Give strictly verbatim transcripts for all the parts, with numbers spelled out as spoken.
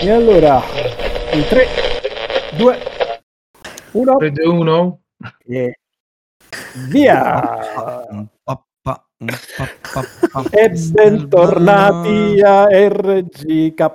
E allora, in tre, due, uno tre, due, uno e via! E bentornati a R G K,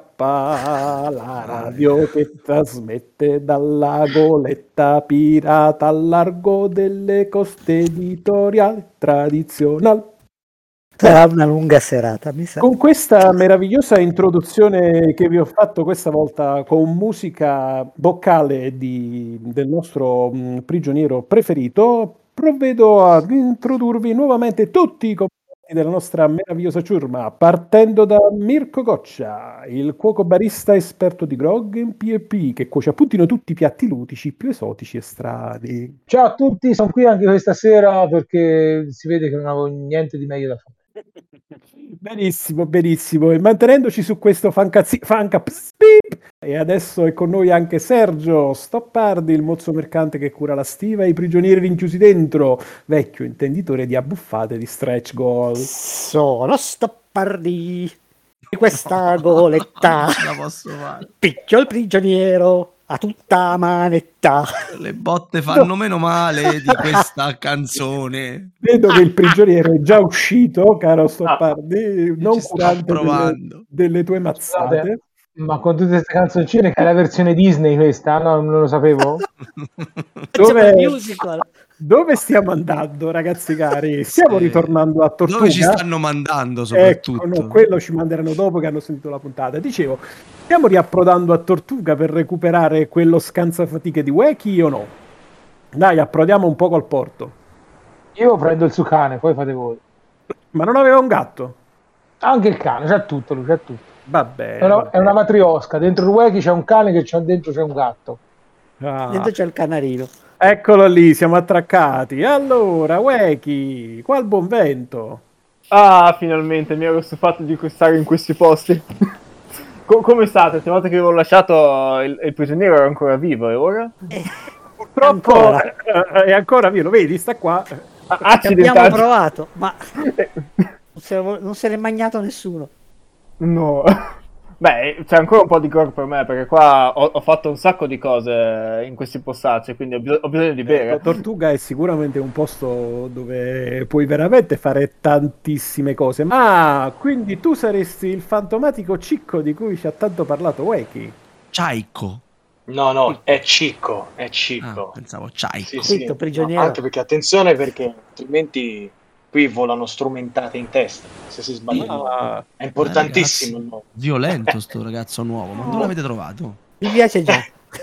la radio che trasmette dalla goletta pirata al largo delle coste editoriali tradizionali. Sarà una lunga serata, mi sa. Con questa meravigliosa introduzione che vi ho fatto questa volta con musica vocale di, del nostro mh, prigioniero preferito, provvedo ad introdurvi nuovamente tutti i componenti della nostra meravigliosa ciurma, partendo da Mirko Goccia, il cuoco barista esperto di grog in P e P, che cuoce appunto tutti i piatti lutici più esotici e strani. Ciao a tutti, sono qui anche questa sera perché si vede che non avevo niente di meglio da fare. Benissimo, benissimo. E mantenendoci su questo fancazzi, fanca pspip, e adesso è con noi anche Sergio Stoppardi, il mozzo mercante che cura la stiva e i prigionieri rinchiusi dentro, vecchio intenditore di abbuffate di stretch goal. Sono Stoppardi di questa goletta. Non la posso fare. Picchio il prigioniero a tutta manetta. Le botte fanno meno male di questa canzone. Vedo che il prigioniero è già uscito, caro Stoppardi, non Ci sto curante delle, provando. delle tue mazzate. Scusate, ma con tutte queste canzoncine che è la versione Disney questa, no? Non lo sapevo? Dove, Musical. dove stiamo andando, ragazzi cari? Stiamo Sì. ritornando a Tortuga. Dove ci stanno mandando Ecco, soprattutto? no, quello ci manderanno dopo che hanno sentito la puntata. Dicevo, stiamo riapprodando a Tortuga per recuperare quello scansafatiche di Wacky o no? Dai, approdiamo un poco al porto. Io prendo il suo cane, poi fate voi. Ma non aveva un gatto? Anche il cane, c'ha tutto lui, c'ha tutto. Va bene. È una, va è una bene. matriosca, dentro il Wiki c'è un cane che c'è dentro c'è un gatto. Ah, Dentro c'è il canarino. eccolo lì, siamo attraccati. Allora, Wacky, qua il buon vento. Ah, finalmente, mi ero stufato di stare in questi posti. Co- come state? L'ultima volta che avevo lasciato il, il prigioniero era ancora vivo, e ora? Purtroppo Ancora. eh, è ancora vivo, lo vedi, sta qua. Ah, Ci abbiamo accidentati. provato, ma non se, non se l'è magnato nessuno. No. Beh, c'è ancora un po' di gore per me, perché qua ho, ho fatto un sacco di cose in questi postacci, quindi ho, bis- ho bisogno di bere. Ecco, Tortuga è sicuramente un posto dove puoi veramente fare tantissime cose. Ma quindi tu saresti il fantomatico Cicco di cui ci ha tanto parlato Wacky? Ciaico. No, no, è Cicco, è Ah, Cicco. pensavo Ciaico. Sì, sì. Zitto, prigioniero. No, anche perché attenzione, perché altrimenti qui volano strumentate in testa se si sbaglia. Ah, È importantissimo. Eh, ragazzi, no? Violento sto ragazzo nuovo. Ma dove l'avete trovato? Mi piace già.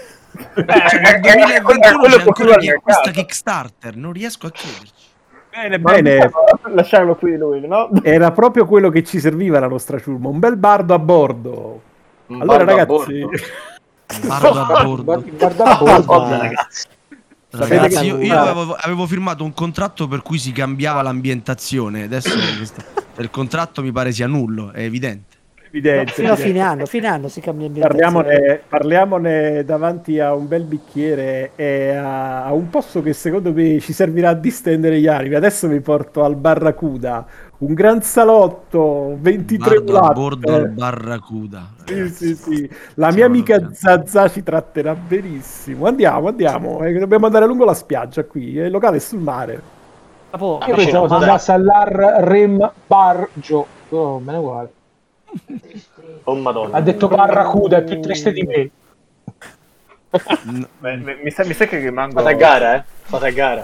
Eh, Cioè, nel eh, duemilaventuno quello c'è può chiudere ancora il chi- questa mercato. Kickstarter. Non riesco a crederci. bene, Ma bene. dobbiamo lasciarlo qui lui, no? Era proprio quello che ci serviva la nostra ciurma, un bel bardo a bordo. Un Allora bardo a ragazzi, bordo. Bardo a bordo. Guarda, guarda a bordo. Vabbè, ragazzi. Ragazzi, che- io, io avevo, avevo firmato un contratto per cui si cambiava l'ambientazione. Adesso questo- il contratto mi pare sia nullo, è evidente. evidente, Fino a evidente. fine anno, fine anno si cambia ambientazione. Parliamone, parliamone davanti a un bel bicchiere e a, a un posto che secondo me ci servirà a distendere gli animi. Adesso vi porto al Barracuda, un gran salotto, ventitré Bardo a latte. bordo al Barracuda. Sì, sì, sì. La Stiamo mia amica arrabbiando. Zazza ci tratterà benissimo. Andiamo, andiamo. Eh, dobbiamo andare lungo la spiaggia qui. eh, Il locale è sul mare. Capo, Io pensavo si andasse all'Ar Rem Bargio. Oh, me ne uguale. Oh madonna. Ha detto Barracuda, è più triste di me. N- Beh, mi, mi sa, mi sa che rimango... Fate a gara, eh? Fate a gara.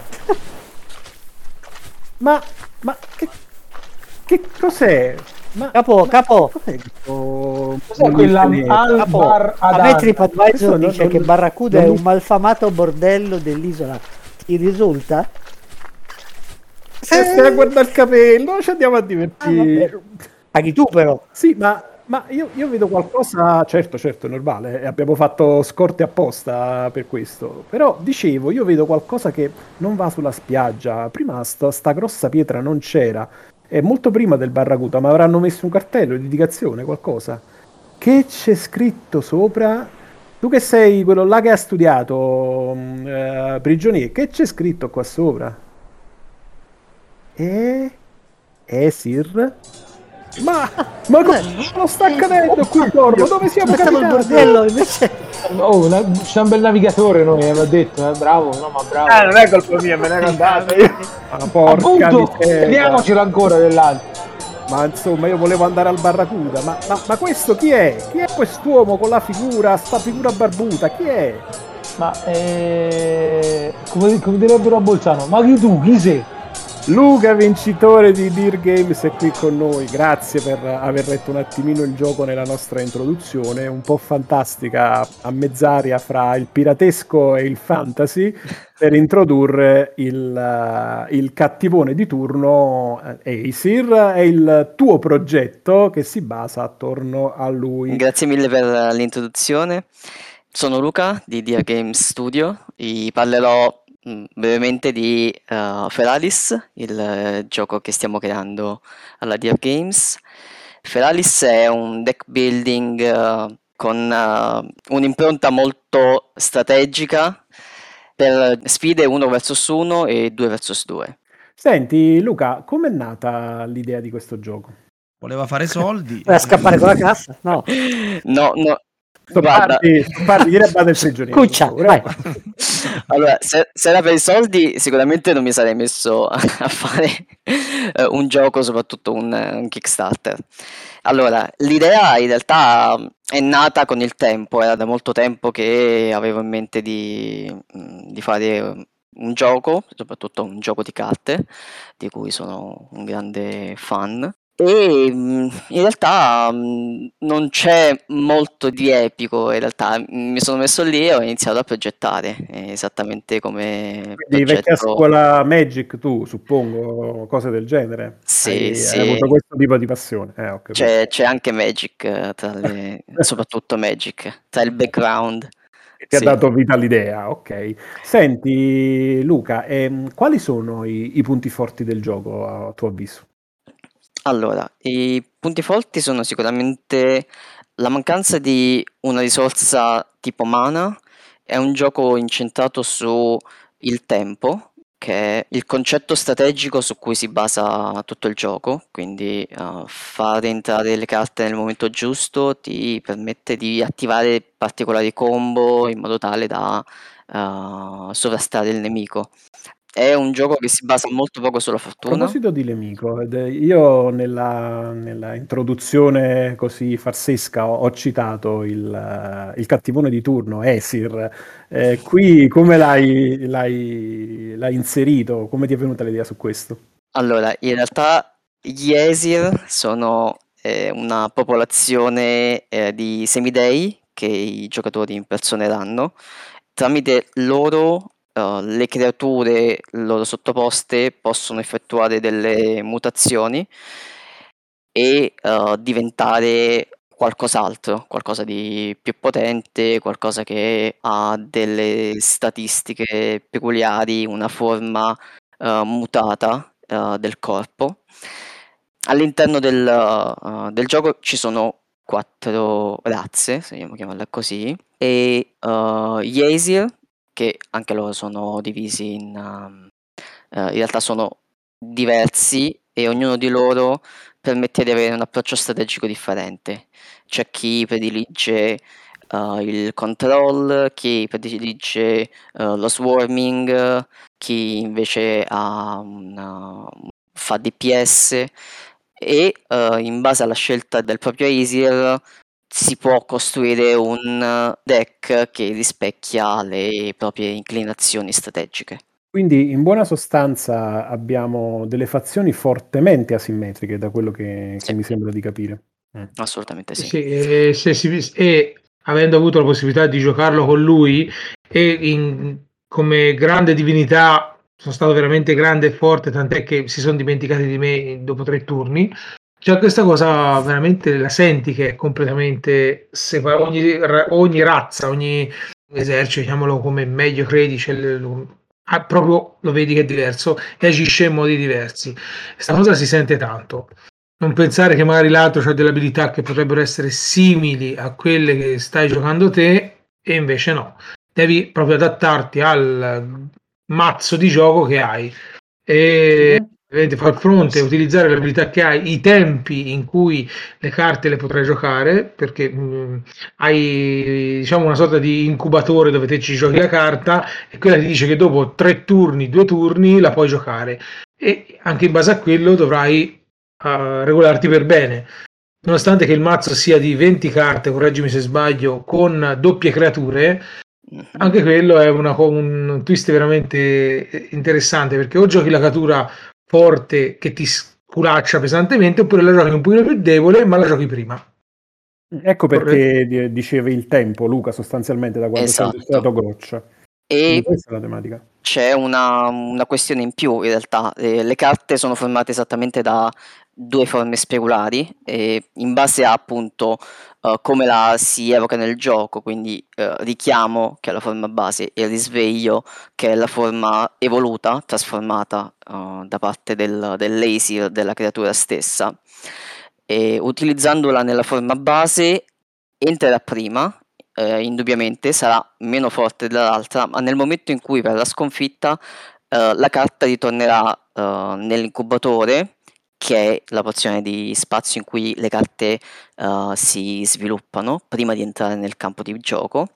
Ma, ma che, che cos'è? Ma, capo, capo. cos'è questo? Cos'è quella al Capo, bar a ad me Ar- TripAdvisor Questo non- dice non- che Barracuda non è mi- un malfamato bordello dell'isola. Ti risulta? Se stai a guardare il capello, ci andiamo a Ah, divertire. vabbè. Paghi tu però. Sì, ma, ma io, io vedo qualcosa, certo, certo, è normale, eh, abbiamo fatto scorte apposta per questo, però dicevo, io vedo qualcosa che non va sulla spiaggia, prima sta, sta grossa pietra non c'era, è molto prima del Barracuda, ma avranno messo un cartello di indicazione, qualcosa. Che c'è scritto sopra? Tu che sei quello là che ha studiato, mh, eh, prigioniero, che c'è scritto qua sopra? Eh? Esir? Ma, ma cosa lo sta accadendo qui, Corvo? Dove siamo Facciamo il capitati? bordello, invece... Oh, una- c'è un bel navigatore noi, aveva detto, eh, bravo, no ma bravo. Eh, non è colpa mia, me ne ero andato io. Ma porca Appunto, miseria. vediamocelo ancora dell'altro. Ma insomma, io volevo andare al Barracuda, ma, ma, ma questo chi è? Chi è quest'uomo con la figura, sta figura barbuta? Chi è? Ma eh, come, come direbbero a Bolzano, ma chi tu, chi sei? Luca, vincitore di Dear Games, è qui con noi. Grazie per aver letto un attimino il gioco nella nostra introduzione, un po' fantastica, a mezz'aria fra il piratesco e il fantasy, per introdurre il, il cattivone di turno Aesir e il tuo progetto che si basa attorno a lui. Grazie mille per l'introduzione. Sono Luca di Dear Games Studio. Vi parlerò mh, brevemente di uh, Feralis, il eh, gioco che stiamo creando alla Dear Games. Feralis è un deck building uh, con uh, un'impronta molto strategica per sfide uno versus uno e due versus due. Senti, Luca, com'è nata l'idea di questo gioco? Voleva fare soldi. Vai a scappare con la cassa? No. No, no. Sto Guarda, parli, sto parli di Rebba del prigioniero. Cuccia, per vai. favore. allora, se, se era per i soldi, sicuramente non mi sarei messo a, a fare eh, un gioco, soprattutto un, un Kickstarter. Allora, l'idea in realtà è nata con il tempo, era da molto tempo che avevo in mente di, di fare un gioco, soprattutto un gioco di carte, di cui sono un grande fan. E mh, in realtà mh, non c'è molto di epico, in realtà mi sono messo lì e ho iniziato a progettare, eh, esattamente come Quindi vecchia progetto. scuola Magic, tu, suppongo, cose del genere. Sì, hai, sì. hai avuto questo tipo di passione. Eh, ho capito. C'è, c'è anche Magic, eh, tra le, soprattutto Magic, tra il background. Che ti ha Sì. dato vita all'idea, ok. Senti, Luca, ehm, quali sono i, i punti forti del gioco a tuo avviso? Allora, i punti forti sono sicuramente la mancanza di una risorsa tipo mana. È un gioco incentrato su il tempo, che è il concetto strategico su cui si basa tutto il gioco, quindi uh, fare entrare le carte nel momento giusto ti permette di attivare particolari combo in modo tale da uh, sovrastare il nemico. È un gioco che si basa molto poco sulla A fortuna. proposito di nemico, ed, eh, io nella, nella introduzione così farsesca ho, ho citato il, eh, il cattivone di turno, Aesir. Eh, qui come l'hai, l'hai, l'hai inserito? Come ti è venuta l'idea su questo? Allora, in realtà gli Aesir sono eh, una popolazione eh, di semidei che i giocatori impersoneranno. Tramite loro, eh, le creature loro sottoposte possono effettuare delle mutazioni e eh, diventare qualcos'altro, qualcosa di più potente, qualcosa che ha delle statistiche peculiari, una forma eh, mutata eh, del corpo. All'interno del, eh, del gioco ci sono quattro razze, se vogliamo chiamarle così, e eh, gli Aesir, che anche loro sono divisi in... um, eh, in realtà sono diversi e ognuno di loro permette di avere un approccio strategico differente. C'è chi predilige uh, il control, chi predilige uh, lo swarming, chi invece ha una, fa D P S e uh, in base alla scelta del proprio Aesir si può costruire un deck che rispecchia le proprie inclinazioni strategiche. Quindi in buona sostanza abbiamo delle fazioni fortemente asimmetriche da quello che, Sì. che mi sembra di capire. Mm. Assolutamente sì. Sì, e, se si- e avendo avuto la possibilità di giocarlo con lui e in- come grande divinità sono stato veramente grande e forte, tant'è che si sono dimenticati di me dopo tre turni. Cioè questa cosa veramente la senti che è completamente separa- ogni, ra- ogni razza, ogni esercito, diciamolo come meglio credi, c'è il- lo- ah, proprio lo vedi che è diverso e agisce in modi diversi. Questa cosa si sente tanto. Non pensare che magari l'altro ha delle abilità che potrebbero essere simili a quelle che stai giocando te e invece no. Devi proprio adattarti al mazzo di gioco che hai. E far fronte, utilizzare le abilità che hai, i tempi in cui le carte le potrai giocare, perché mh, hai diciamo una sorta di incubatore dove te ci giochi la carta e quella ti dice che dopo tre turni, due turni la puoi giocare e anche in base a quello dovrai uh, regolarti per bene. Nonostante che il mazzo sia di venti carte, correggimi se sbaglio, con doppie creature, anche quello è una, un twist veramente interessante, perché o giochi la creatura forte che ti sculaccia pesantemente, oppure la giochi un pochino più debole, ma la giochi prima. Ecco perché di- dicevi il tempo, Luca, sostanzialmente, da quando Esatto. sei registrato Goccia. E Quindi questa è la tematica. c'è una, una questione in più in realtà. Eh, le carte sono formate esattamente da due forme speculari e in base a appunto eh, come la si evoca nel gioco, quindi eh, richiamo che è la forma base e risveglio che è la forma evoluta, trasformata eh, da parte del, dell'Aesir, della creatura stessa. E utilizzandola nella forma base entrerà prima, eh, indubbiamente sarà meno forte dell'altra, ma nel momento in cui verrà sconfitta eh, la carta ritornerà eh, nell'incubatore, che è la porzione di spazio in cui le carte eh, si sviluppano prima di entrare nel campo di gioco,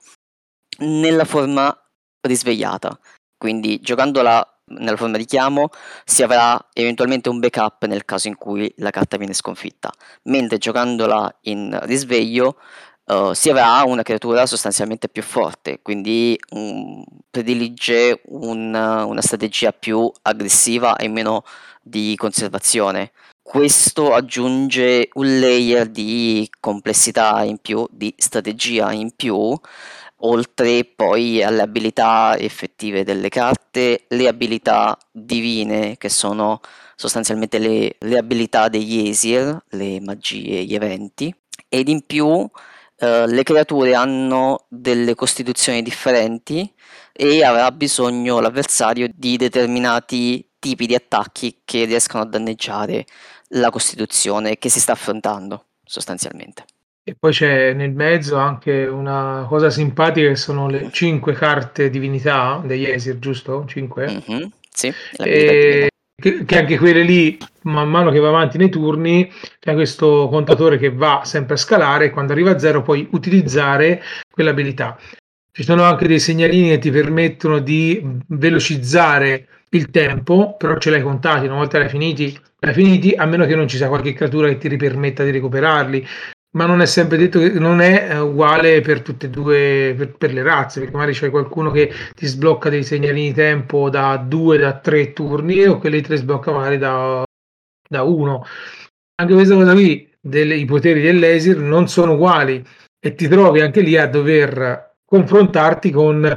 nella forma risvegliata. Quindi giocandola nella forma di chiamo si avrà eventualmente un backup nel caso in cui la carta viene sconfitta, mentre giocandola in risveglio uh, si avrà una creatura sostanzialmente più forte, quindi um, predilige un, una strategia più aggressiva e meno di conservazione. Questo aggiunge un layer di complessità in più, di strategia in più, oltre poi alle abilità effettive delle carte, le abilità divine che sono sostanzialmente le, le abilità degli Aesir, le magie, gli eventi, ed in più eh, le creature hanno delle costituzioni differenti e avrà bisogno l'avversario di determinati tipi di attacchi che riescano a danneggiare la costituzione che si sta affrontando sostanzialmente. E poi c'è nel mezzo anche una cosa simpatica che sono le cinque carte divinità degli Aesir, giusto? cinque? Mm-hmm, sì, e che, che anche quelle lì, man mano che va avanti nei turni, c'è questo contatore che va sempre a scalare e quando arriva a zero puoi utilizzare quell'abilità. Ci sono anche dei segnalini che ti permettono di velocizzare il tempo, però ce l'hai contati, una volta l'hai finiti, l'hai finiti, a meno che non ci sia qualche creatura che ti ripermetta di recuperarli. Ma non è sempre detto che non è uguale per tutte e due, per, per le razze, perché magari c'è qualcuno che ti sblocca dei segnalini tempo da due, da tre turni, o quelli te li sblocca magari da, da uno. Anche questa cosa qui, delle, i poteri dell'Aesir non sono uguali e ti trovi anche lì a dover confrontarti con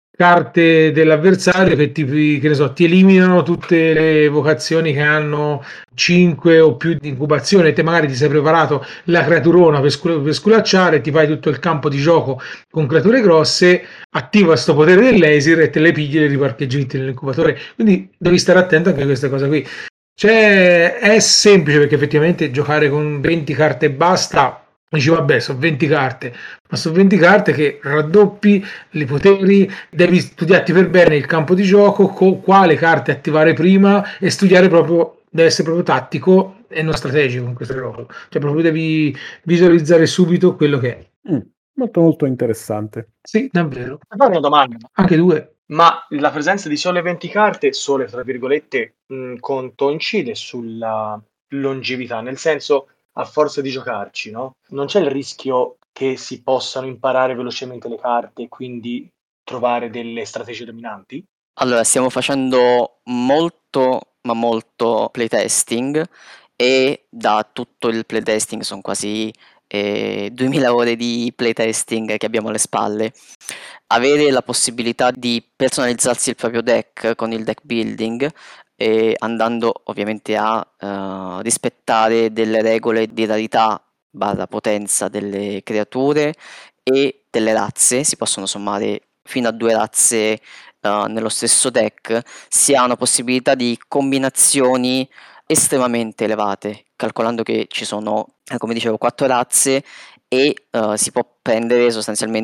carte dell'avversario che ti, che ne so, ti eliminano tutte le vocazioni che hanno cinque o più di incubazione e te magari ti sei preparato la creaturona per, scul- per sculacciare, ti fai tutto il campo di gioco con creature grosse, attiva sto potere dell'Aesir e te le pigli e le riparcheggi nell'incubatore, quindi devi stare attento anche a queste cose qui. Cioè, è semplice perché effettivamente giocare con venti carte e basta, dici vabbè sono venti carte, ma sono venti carte che raddoppi i poteri, devi studiarti per bene il campo di gioco, con quale carte attivare prima e studiare proprio, deve essere proprio tattico e non strategico in questo gioco, cioè proprio devi visualizzare subito quello che è. Mm, molto molto interessante. Sì, davvero. Fare una domanda. Anche due. Ma la presenza di sole venti carte, sole tra virgolette, mh, conto incide sulla longevità, nel senso, a forza di giocarci, no? Non c'è il rischio che si possano imparare velocemente le carte e quindi trovare delle strategie dominanti? Allora, stiamo facendo molto, ma molto playtesting e da tutto il playtesting sono quasi eh, duemila ore di playtesting che abbiamo alle spalle. Avere la possibilità di personalizzarsi il proprio deck con il deck building e andando ovviamente a eh, rispettare delle regole di rarità barra potenza delle creature e delle razze, si possono sommare fino a due razze uh, nello stesso deck, si ha una possibilità di combinazioni estremamente elevate, calcolando che ci sono, eh, come dicevo, quattro razze e uh, si può prendere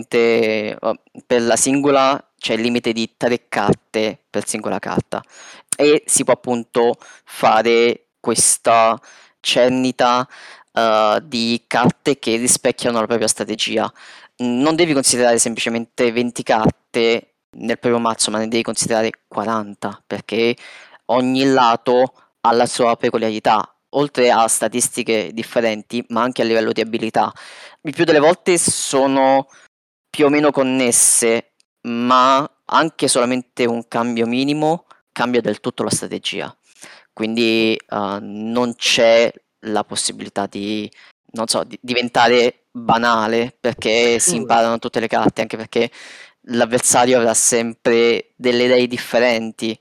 sostanzialmente uh, per la singola c'è il limite di tre carte per singola carta e si può appunto fare questa cernita uh, di carte che rispecchiano la propria strategia. Non devi considerare semplicemente venti carte nel proprio mazzo, ma ne devi considerare quaranta, perché ogni lato ha la sua peculiarità, oltre a statistiche differenti, ma anche a livello di abilità. Il più delle volte sono più o meno connesse, ma anche solamente un cambio minimo cambia del tutto la strategia. Quindi uh, non c'è la possibilità di, non so, di diventare banale, perché si imparano tutte le carte, anche perché l'avversario avrà sempre delle idee differenti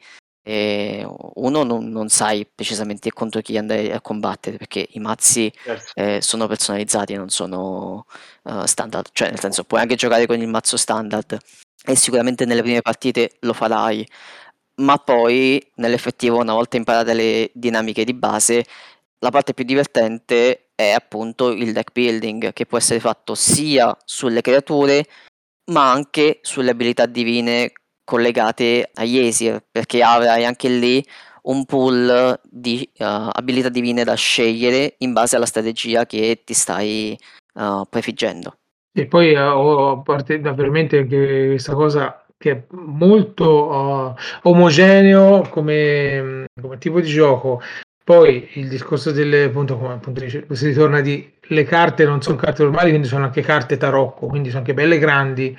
e uno non, non sai precisamente contro chi andare a combattere, perché i mazzi Certo. eh, sono personalizzati, non sono uh, standard, cioè nel senso puoi anche giocare con il mazzo standard e sicuramente nelle prime partite lo farai, ma poi nell'effettivo, una volta imparate le dinamiche di base, la parte più divertente è appunto il deck building, che può essere fatto sia sulle creature ma anche sulle abilità divine collegate agli Aesir, perché avrai anche lì un pool di uh, abilità divine da scegliere in base alla strategia che ti stai uh, prefiggendo. E poi eh, ho a parte da veramente anche questa cosa che è molto uh, omogeneo come, come tipo di gioco. Poi il discorso delle, appunto, come appunto dice, si ritorna di le carte non sono carte normali, quindi sono anche carte tarocco, quindi sono anche belle grandi,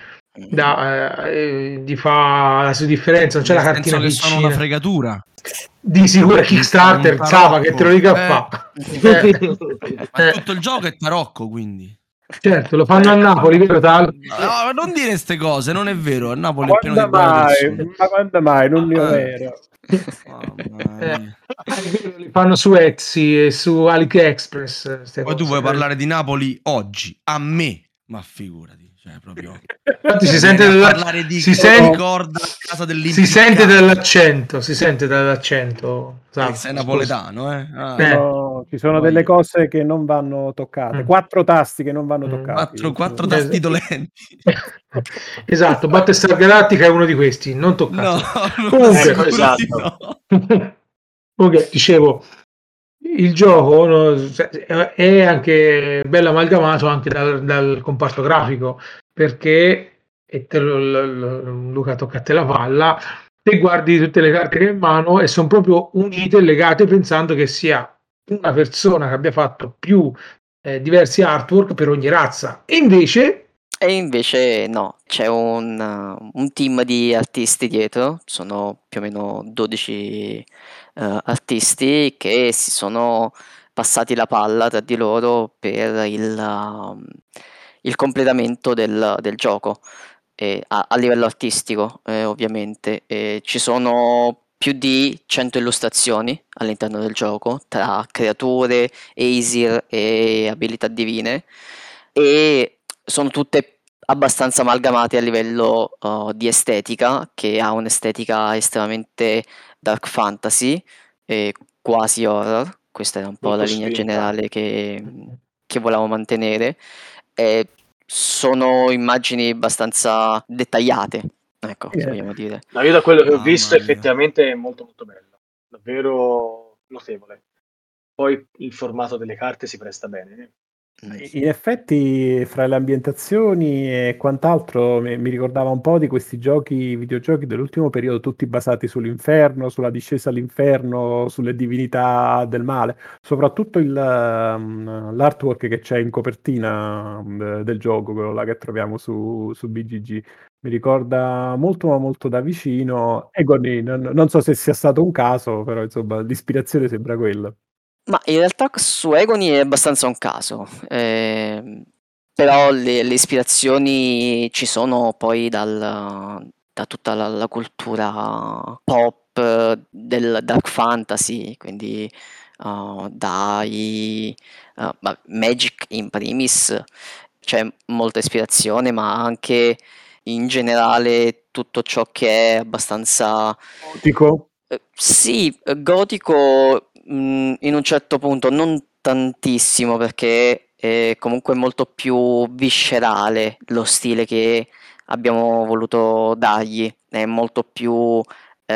da, eh, di fa la sua differenza, non c'è Nel la senso cartina che sono una piccina. fregatura. Di sicuro Un Kickstarter, tarocco. Zava, che te lo dica Eh. fa. Eh, Ma eh, tutto il gioco è tarocco, quindi. certo, lo fanno a Napoli, vero Tal? No, non dire queste cose, non è vero. A Napoli è pieno Quando di brave mai? persone. Ma quando mai? Non io Eh. vero. Mamma Eh, mia. è vero, li fanno su Etsy e su AliExpress. ste Poi tu cose. vuoi parlare di Napoli oggi, a me, ma figurati, cioè proprio. Infatti si Vieni sente, a dalla- parlare di, si di sente- corda a casa si dell'impiccato. sente dall'accento, si sente dall'accento. Eh, Zava, sei scusa. napoletano, eh? Ah, Eh. No, ci sono voglio. delle cose che non vanno toccate, Mm. quattro tasti che non vanno Mm. toccati. Quattro, quattro Es- tasti dolenti. Esatto, Battlestar Galactica è uno di questi, non No, toccate. non Comunque, Ecco, sicuro di esatto. no. ok, dicevo, il gioco no, è anche bello amalgamato anche dal, dal comparto grafico, perché, e te lo, lo- lo- Luca tocca a te la palla, te guardi tutte le carte che hai in mano e sono proprio unite e legate pensando che sia una persona che abbia fatto più eh, diversi artwork per ogni razza. E invece E invece no, c'è un, uh, un team di artisti dietro, sono più o meno dodici uh, artisti che si sono passati la palla tra di loro per il, um, il completamento del, del gioco, e a, a livello artistico eh, ovviamente. E ci sono più di cento illustrazioni all'interno del gioco, tra creature, Aesir e abilità divine, e sono tutte abbastanza amalgamate a livello uh, di estetica, che ha un'estetica estremamente dark fantasy e quasi horror. Questa era un po' Molto la linea spinta. generale che, che volevamo mantenere. E sono immagini abbastanza dettagliate, ecco, se Eh, vogliamo dire. No, io da quello che ho Mamma visto mia. effettivamente è molto molto bello, davvero notevole. Poi il formato delle carte si presta bene. Mm. In effetti, fra le ambientazioni e quant'altro, mi, mi ricordava un po' di questi giochi, videogiochi dell'ultimo periodo, tutti basati sull'inferno, sulla discesa all'inferno, sulle divinità del male. Soprattutto il, um, l'artwork che c'è in copertina um, del gioco, quello là che troviamo su, su B G G. Mi ricorda molto, molto da vicino. E Goni, non, non so se sia stato un caso, però insomma, l'ispirazione sembra quella. Ma in realtà su Egoni è abbastanza un caso, ehm, però le, le ispirazioni ci sono poi dal- da tutta la, la cultura pop eh, del dark fantasy, quindi uh, dai uh, ma Magic in primis c'è molta ispirazione, ma anche in generale tutto ciò che è abbastanza Gotico? eh, sì, eh, gotico mh, in un certo punto, non tantissimo perché è comunque molto più viscerale lo stile che abbiamo voluto dargli, è molto più eh,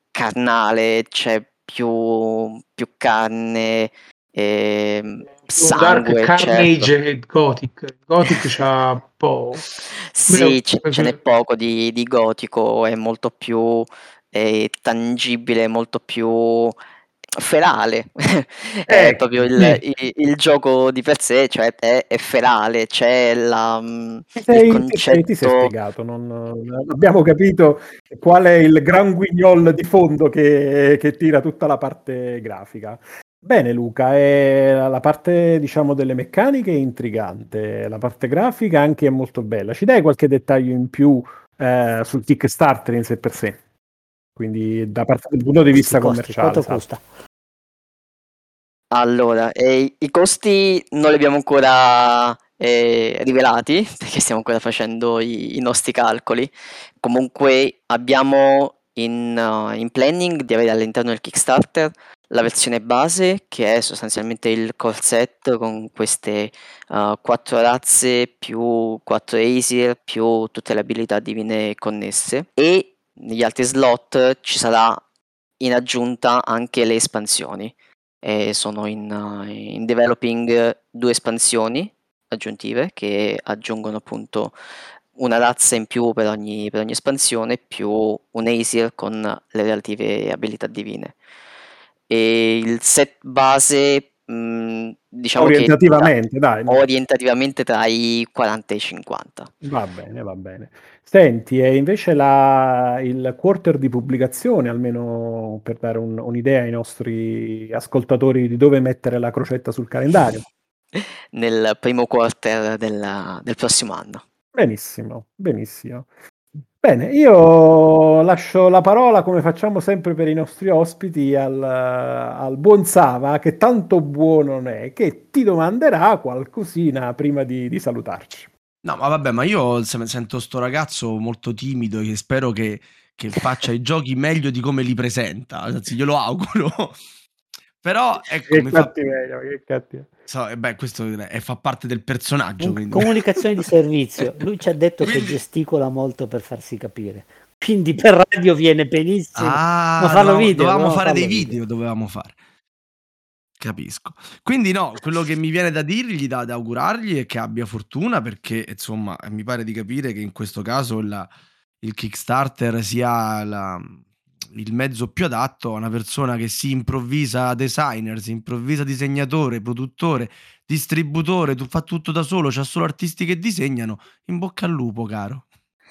carnale, c'è più, più carne, e Più sangue, Dark Carnage certo. e Gothic. Gothic c'ha un po'. Sì, ce, ce n'è poco di, di gotico, è molto più eh, tangibile, molto più ferale. È Eh, proprio il, sì. il- il gioco di per sé, cioè è, è ferale, c'è la, mm, Ti il sei, ti sei- ti sei concetto. spiegato, non, abbiamo capito qual è il gran guignol di fondo che, che tira tutta la parte grafica. Bene Luca, e la parte diciamo delle meccaniche è intrigante, la parte grafica anche è molto bella. Ci dai qualche dettaglio in più eh, sul Kickstarter in sé per sé? Quindi da parte del punto di Questi vista costi, commerciale. quanto esatto. costa? Allora, eh, i costi non li abbiamo ancora eh, rivelati perché stiamo ancora facendo i, i nostri calcoli. Comunque abbiamo in, uh, in planning di avere all'interno del Kickstarter la versione base, che è sostanzialmente il core set con queste uh, quattro razze più quattro Aesir più tutte le abilità divine connesse, e negli altri slot ci sarà in aggiunta anche le espansioni. E sono in, uh, in developing due espansioni aggiuntive che aggiungono appunto una razza in più per ogni, per ogni espansione, più un Aesir con le relative abilità divine. E il set base, mh, diciamo che Orientativamente, dai. tra, orientativamente tra i quaranta e i cinquanta. Va bene, va bene. Senti, e invece la, il quarter di pubblicazione, almeno per dare un- un'idea ai nostri ascoltatori di dove mettere la crocetta sul calendario. Nel primo quarter della- del prossimo anno. Benissimo, benissimo. Bene, io lascio la parola, come facciamo sempre per i nostri ospiti, al, al buon Sava, che tanto buono non è, che ti domanderà qualcosina prima di, di salutarci. No, ma vabbè, ma io se- sento sto ragazzo molto timido che spero che, che faccia i giochi meglio di come li presenta, anzi glielo auguro. Però ecco, Che mi fa... cattiveria, che cattiveria. so, eh, beh, questo è, fa parte del personaggio, Un- quindi... Comunicazione di servizio. Lui ci ha detto che Quindi- gesticola molto per farsi capire. Quindi per radio viene benissimo. Ah, Ma farlo dovevamo, video, dovevamo no, fare farlo dei video. video, dovevamo fare. Capisco. Quindi no, quello che mi viene da dirgli, da, da augurargli è che abbia fortuna, perché insomma mi pare di capire che in questo caso la- il Kickstarter sia la- il mezzo più adatto a una persona che si improvvisa designer, si improvvisa disegnatore, produttore, distributore, tu fa tutto da solo, c'ha solo artisti che disegnano. In bocca al lupo, caro.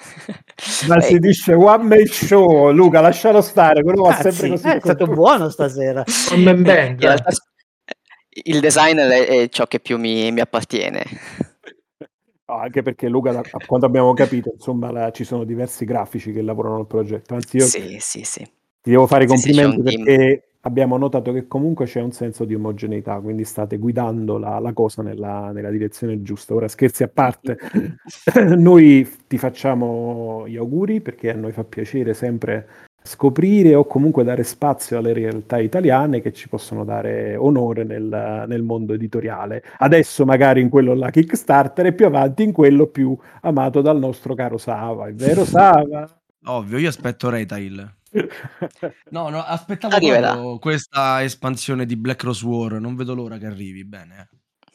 Ma si Eh, dice one man show, Luca, lascialo stare, quello va sempre Cazzi, così. eh, è con stato tutti. buono stasera. One man band, in dai. realtà il designer è, è ciò che più mi, mi appartiene. No, anche perché Luca, da a quanto abbiamo capito, insomma, la- ci sono diversi grafici che lavorano al progetto. Anzi, io Sì, sì, sì. ti devo fare i Sì, sì, c'è complimenti un team. perché abbiamo notato che comunque c'è un senso di omogeneità, quindi state guidando la, la cosa nella, nella direzione giusta. Ora, scherzi a parte, noi ti facciamo gli auguri perché a noi fa piacere sempre scoprire o comunque dare spazio alle realtà italiane che ci possono dare onore nel, nel mondo editoriale. Adesso magari in quello là Kickstarter e più avanti in quello più amato dal nostro caro Sava, è vero Sava? Ovvio, io aspetto Retail. No, no, aspettavo Arriverà. proprio questa espansione di Black Rose War, non vedo l'ora che arrivi, bene.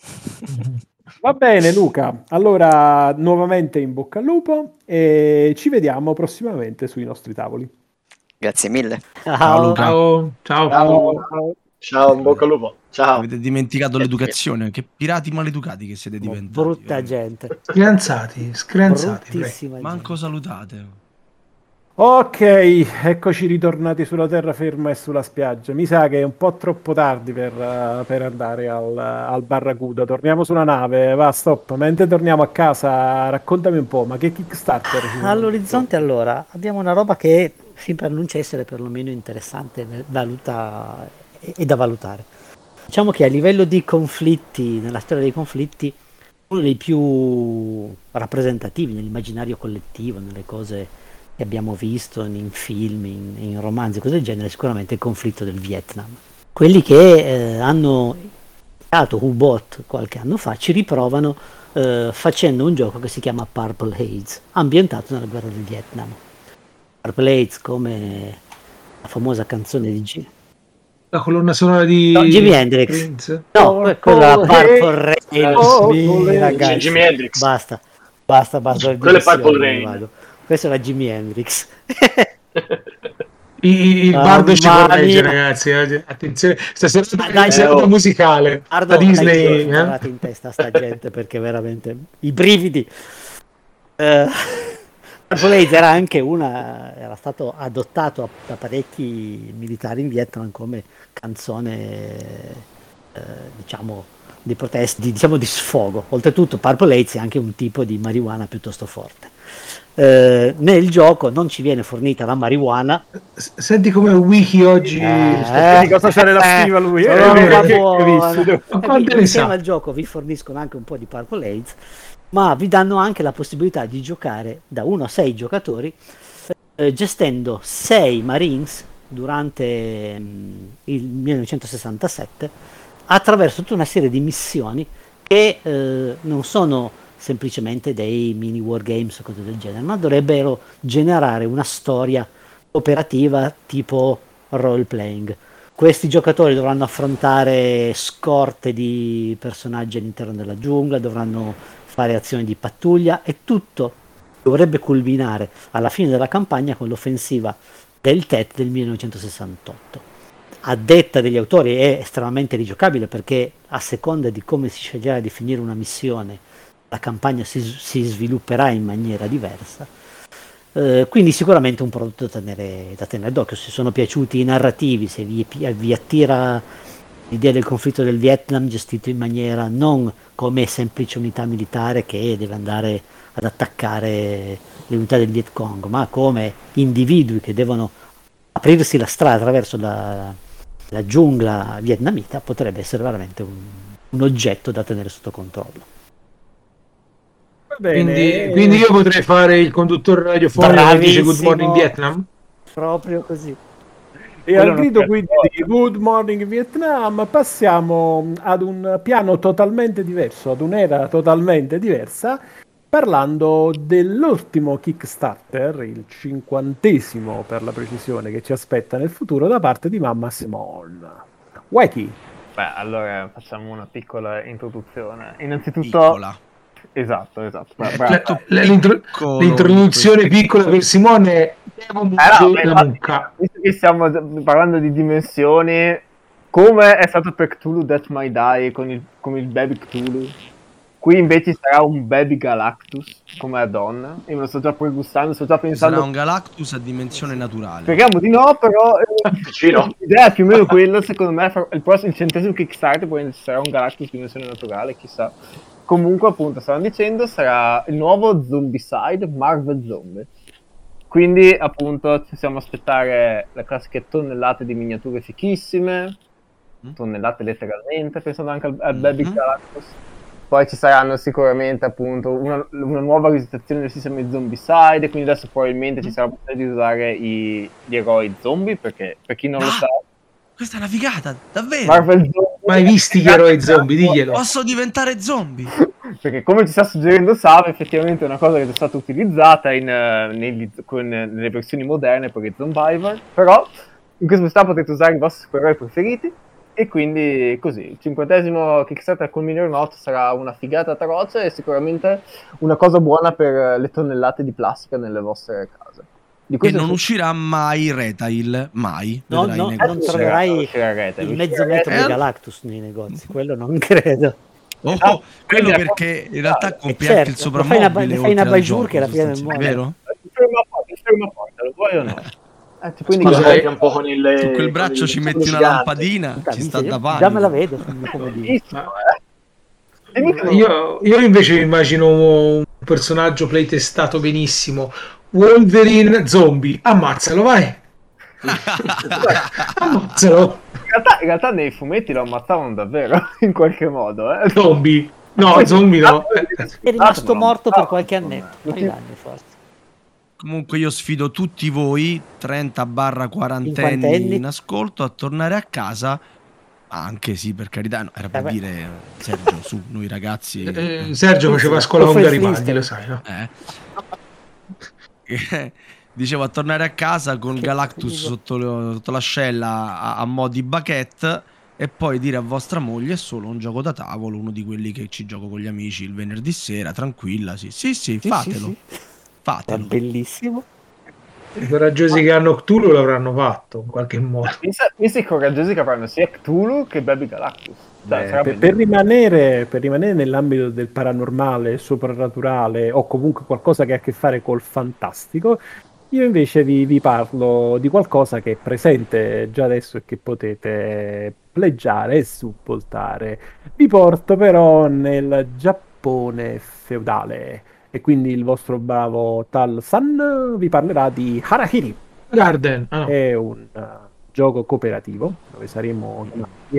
Va bene Luca, allora nuovamente in bocca al lupo e ci vediamo prossimamente sui nostri tavoli. Grazie mille. Ciao Ciao. Luca. Ciao, ciao. Ciao. Ciao, in bocca al lupo. Ciao. Avete dimenticato Grazie. l'educazione, che pirati maleducati che siete diventati. Brutta veramente. gente. Schianzati, screnzati. prego. Bruttissima Manco gente. salutate. Ok, eccoci ritornati sulla terraferma e sulla spiaggia. Mi sa che è un po' troppo tardi per, uh, per andare al, al Barracuda. Torniamo sulla nave, va, stop. Mentre torniamo a casa, raccontami un po', ma che Kickstarter? ci sono? All'orizzonte allora abbiamo una roba che si preannuncia essere perlomeno interessante, valuta e, e da valutare. Diciamo che a livello di conflitti, nella storia dei conflitti, uno dei più rappresentativi nell'immaginario collettivo, nelle cose che abbiamo visto in film, in, in romanzi, cose del genere, sicuramente il conflitto del Vietnam. Quelli che eh, hanno creato U-Bot qualche anno fa ci riprovano eh, facendo un gioco che si chiama Purple Haze, ambientato nella guerra del Vietnam. Purple Haze, come la famosa canzone di G. La colonna sonora di No, Jimi Hendrix. Prince. No, que- quella Oh, Purple hey, Rain. oh, Sì, oh, hey. ragazzi, Jimi Hendrix. basta, basta, basta. Quello è Purple digressioni, Rain. vado. Questo era Jimi Hendrix. I- il Mamma bardo ci corregge, mia. ragazzi. eh. Attenzione, stasera Ah, è dai, una serata eh, oh. musicale. Ardo, La Disney. dai, eh? in testa a sta gente perché veramente i brividi. Eh, Purple Haze era anche una, era stato adottato da parecchi militari in Vietnam come canzone, eh, diciamo, di protesta, di, diciamo di sfogo. Oltretutto Purple Haze è anche un tipo di marijuana piuttosto forte. Eh, nel gioco non ci viene fornita la marijuana. S- Senti come wiki oggi. Eh, di cosa c'è nella stiva lui? sono Eh, una che- roba che- buona. che visto. Ma E quante vi- ne insieme sa? al gioco vi forniscono anche un po' di Purple Haze, ma vi danno anche la possibilità di giocare da uno a sei giocatori, eh, gestendo sei Marines durante mm, il millenovecentosessantasette attraverso tutta una serie di missioni che eh, non sono semplicemente dei mini wargames o cose del genere, ma dovrebbero generare una storia operativa tipo role playing. Questi giocatori dovranno affrontare scorte di personaggi all'interno della giungla, dovranno fare azioni di pattuglia e tutto dovrebbe culminare alla fine della campagna con l'offensiva del Tet del millenovecentosessantotto. A detta degli autori è estremamente rigiocabile perché a seconda di come si sceglierà di finire una missione la campagna si, si svilupperà in maniera diversa. Eh, quindi sicuramente un prodotto da tenere, da tenere d'occhio. Se sono piaciuti i narrativi, se vi, vi attira l'idea del conflitto del Vietnam gestito in maniera non come semplice unità militare che deve andare ad attaccare le unità del Viet Cong, ma come individui che devono aprirsi la strada attraverso la, la giungla vietnamita, potrebbe essere veramente un, un oggetto da tenere sotto controllo. Va bene. Quindi, quindi io potrei fare il conduttore radiofonico che dice Good Morning Bravissimo. Vietnam. Proprio così. E Quello al non grido c'è quindi cosa. di Good Morning Vietnam passiamo ad un piano totalmente diverso, ad un'era totalmente diversa, parlando dell'ultimo Kickstarter, il cinquantesimo per la precisione, che ci aspetta nel futuro da parte di Mamma Simone. Wacky. Beh, allora facciamo una piccola introduzione. Innanzitutto, Piccola. esatto, esatto. Bra- Eh, bravo. La- la- l'intro- Piccolo l'introduzione in questo- piccola per Simone è Devo Eh no, Mucche, beh, la infatti, mucca. visto che stiamo parlando di dimensioni, come è stato per Cthulhu Death My Die con il, con il Baby Cthulhu, qui invece sarà un Baby Galactus come add-on. Io me lo sto già pregustando, sto già Sarà pensando. un Galactus a dimensione naturale. Speriamo di no, però eh, Vicino. l'idea è più o meno quella. Secondo me fra- il, prossimo, il centesimo Kickstarter poi sarà un Galactus di dimensione naturale, chissà. Comunque, appunto, stavano dicendo, sarà il nuovo Zombicide Marvel Zombie. Quindi, appunto, ci possiamo aspettare le classiche tonnellate di miniature fichissime, Mm. tonnellate letteralmente, pensando anche al, al Baby Mhm. Galactus. Poi ci saranno sicuramente, appunto, una, una nuova rivisitazione del sistema di Zombicide, quindi adesso probabilmente ci sarà la possibilità di usare i, gli eroi zombie, perché per chi non lo Ah, sa, Questa è una figata, davvero. Marvel Zombie... Mai visti gli eroi zombie? Diglielo. Posso diventare zombie? Perché come ci sta suggerendo Sava, effettivamente è una cosa che è stata utilizzata in, eh, negli- con- nelle versioni moderne per i Zombieville, però in questa possibilità potete usare i vostri supereroi preferiti e quindi così, il cinquantesimo Kickstarter con Minior Not sarà una figata atroce e sicuramente una cosa buona per le tonnellate di plastica nelle vostre case. Di E questo non sì. uscirà mai Retail, mai. No, Vedrai no, i non negozi. uscirà, troverai uscirà Rete, il uscirà mezzo Rete. metro di Eh? Galactus nei negozi, quello non credo. Oh, Esatto, oh, quello quindi la perché in realtà cosa- compri Eh, anche il certo, lo fai una ba- soprammobile ne fai una oltre al Bajur gioco, che è la fine del sostanzialmente, mondo. vero? Il fermo a porta, il fermo a porta, lo vuoi o no? Eh, ti- quindi Scusa, Scusa, eh, un po' con il Su quel con braccio il ci scudo metti una gigante. lampadina, Puttana, ci sta dice, da già panico. me la vedo, come dire. Bellissimo, Ma- eh. Dimmi che non- Io, io invece immagino un personaggio playtestato benissimo. Wolverine zombie. Ammazzalo, vai. Ammazzalo. In realtà, in realtà nei fumetti lo ammazzavano davvero, in qualche modo, eh. Zombie. No, Poi- zombie no. È rimasto Ah, no, morto no, per qualche no, annetto, no. ai danni forse. Comunque io sfido tutti voi, trenta quarantenni Cinquantenni. in ascolto, a tornare a casa. Anche sì, per carità, no, era per Eh beh. dire Sergio, su, noi ragazzi. Eh, Sergio faceva a scuola Lo con fai Garibaldi, freestyle. lo sai, no? Eh. Dicevo, a tornare a casa con Galactus sotto, le- sotto l'ascella a, a mo' di baguette e poi dire a vostra moglie è solo un gioco da tavolo, uno di quelli che ci gioco con gli amici il venerdì sera, tranquilla, sì, sì, sì, Sì, fatelo, sì, sì. È fatelo. bellissimo. I coraggiosi che hanno Cthulhu l'avranno fatto in qualche modo. Pensa, pensa ai coraggiosi che avranno sia Cthulhu che Baby Galactus. Cioè, Beh, sarà per, per bellissimo. rimanere, per rimanere nell'ambito del paranormale, soprannaturale o comunque qualcosa che ha a che fare col fantastico, io invece vi, vi parlo di qualcosa che è presente già adesso e che potete pleggiare e supportare. Vi porto però nel Giappone feudale e quindi il vostro bravo Tal-san vi parlerà di Harakiri. Garden, ah, no. È un uh, gioco cooperativo dove saremo chiamati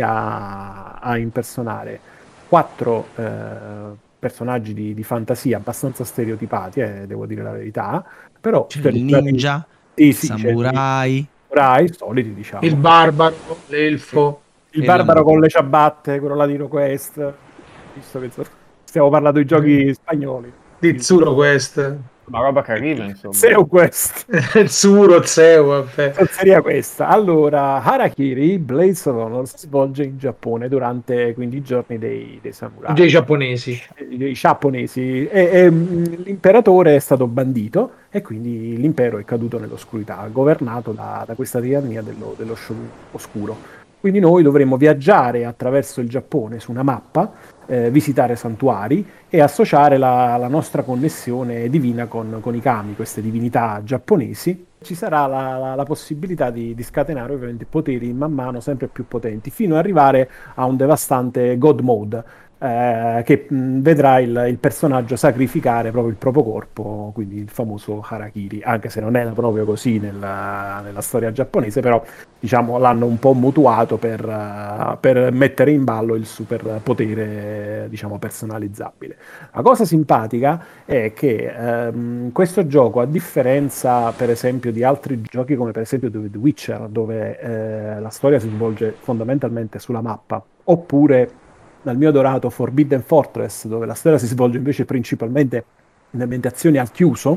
a, a impersonare quattro eh, personaggi di, di fantasia abbastanza stereotipati, eh, devo dire la verità, però C'è il stereotipati- ninja, sì, il sì, c'è il samurai samurai, soliti diciamo. Il barbaro, l'elfo. Il e barbaro la- con le ciabatte, quello là di Quest, visto che so- stiamo parlando di giochi spagnoli. Di Zuro Quest. Una roba che arriva, insomma. Seu Quest. Zuro, Zeo, vabbè. Seria questa. Allora, Harakiri, Blades of Honor, si svolge in Giappone durante quindi i giorni dei, dei samurai, Dei giapponesi. i giapponesi. E, e, mh, l'imperatore è stato bandito e quindi l'impero è caduto nell'oscurità, governato da, da questa tirannia dello, dello shogun oscuro. Quindi noi dovremmo viaggiare attraverso il Giappone su una mappa, eh, visitare santuari e associare la, la nostra connessione divina con, con i kami, queste divinità giapponesi. Ci sarà la, la- la possibilità di, di scatenare ovviamente poteri man mano sempre più potenti, fino ad arrivare a un devastante God Mode, eh, che mh, vedrà il, il personaggio sacrificare proprio il proprio corpo, quindi il famoso Harakiri, anche se non era proprio così nella, nella storia giapponese, però diciamo l'hanno un po' mutuato per, eh, per mettere in ballo il superpotere, diciamo, personalizzabile. La cosa simpatica è che ehm, questo gioco, a differenza per esempio di altri giochi come per esempio The Witcher, dove eh, la storia si svolge fondamentalmente sulla mappa, oppure dal mio adorato Forbidden Fortress, dove la storia si svolge invece principalmente in ambientazioni al chiuso,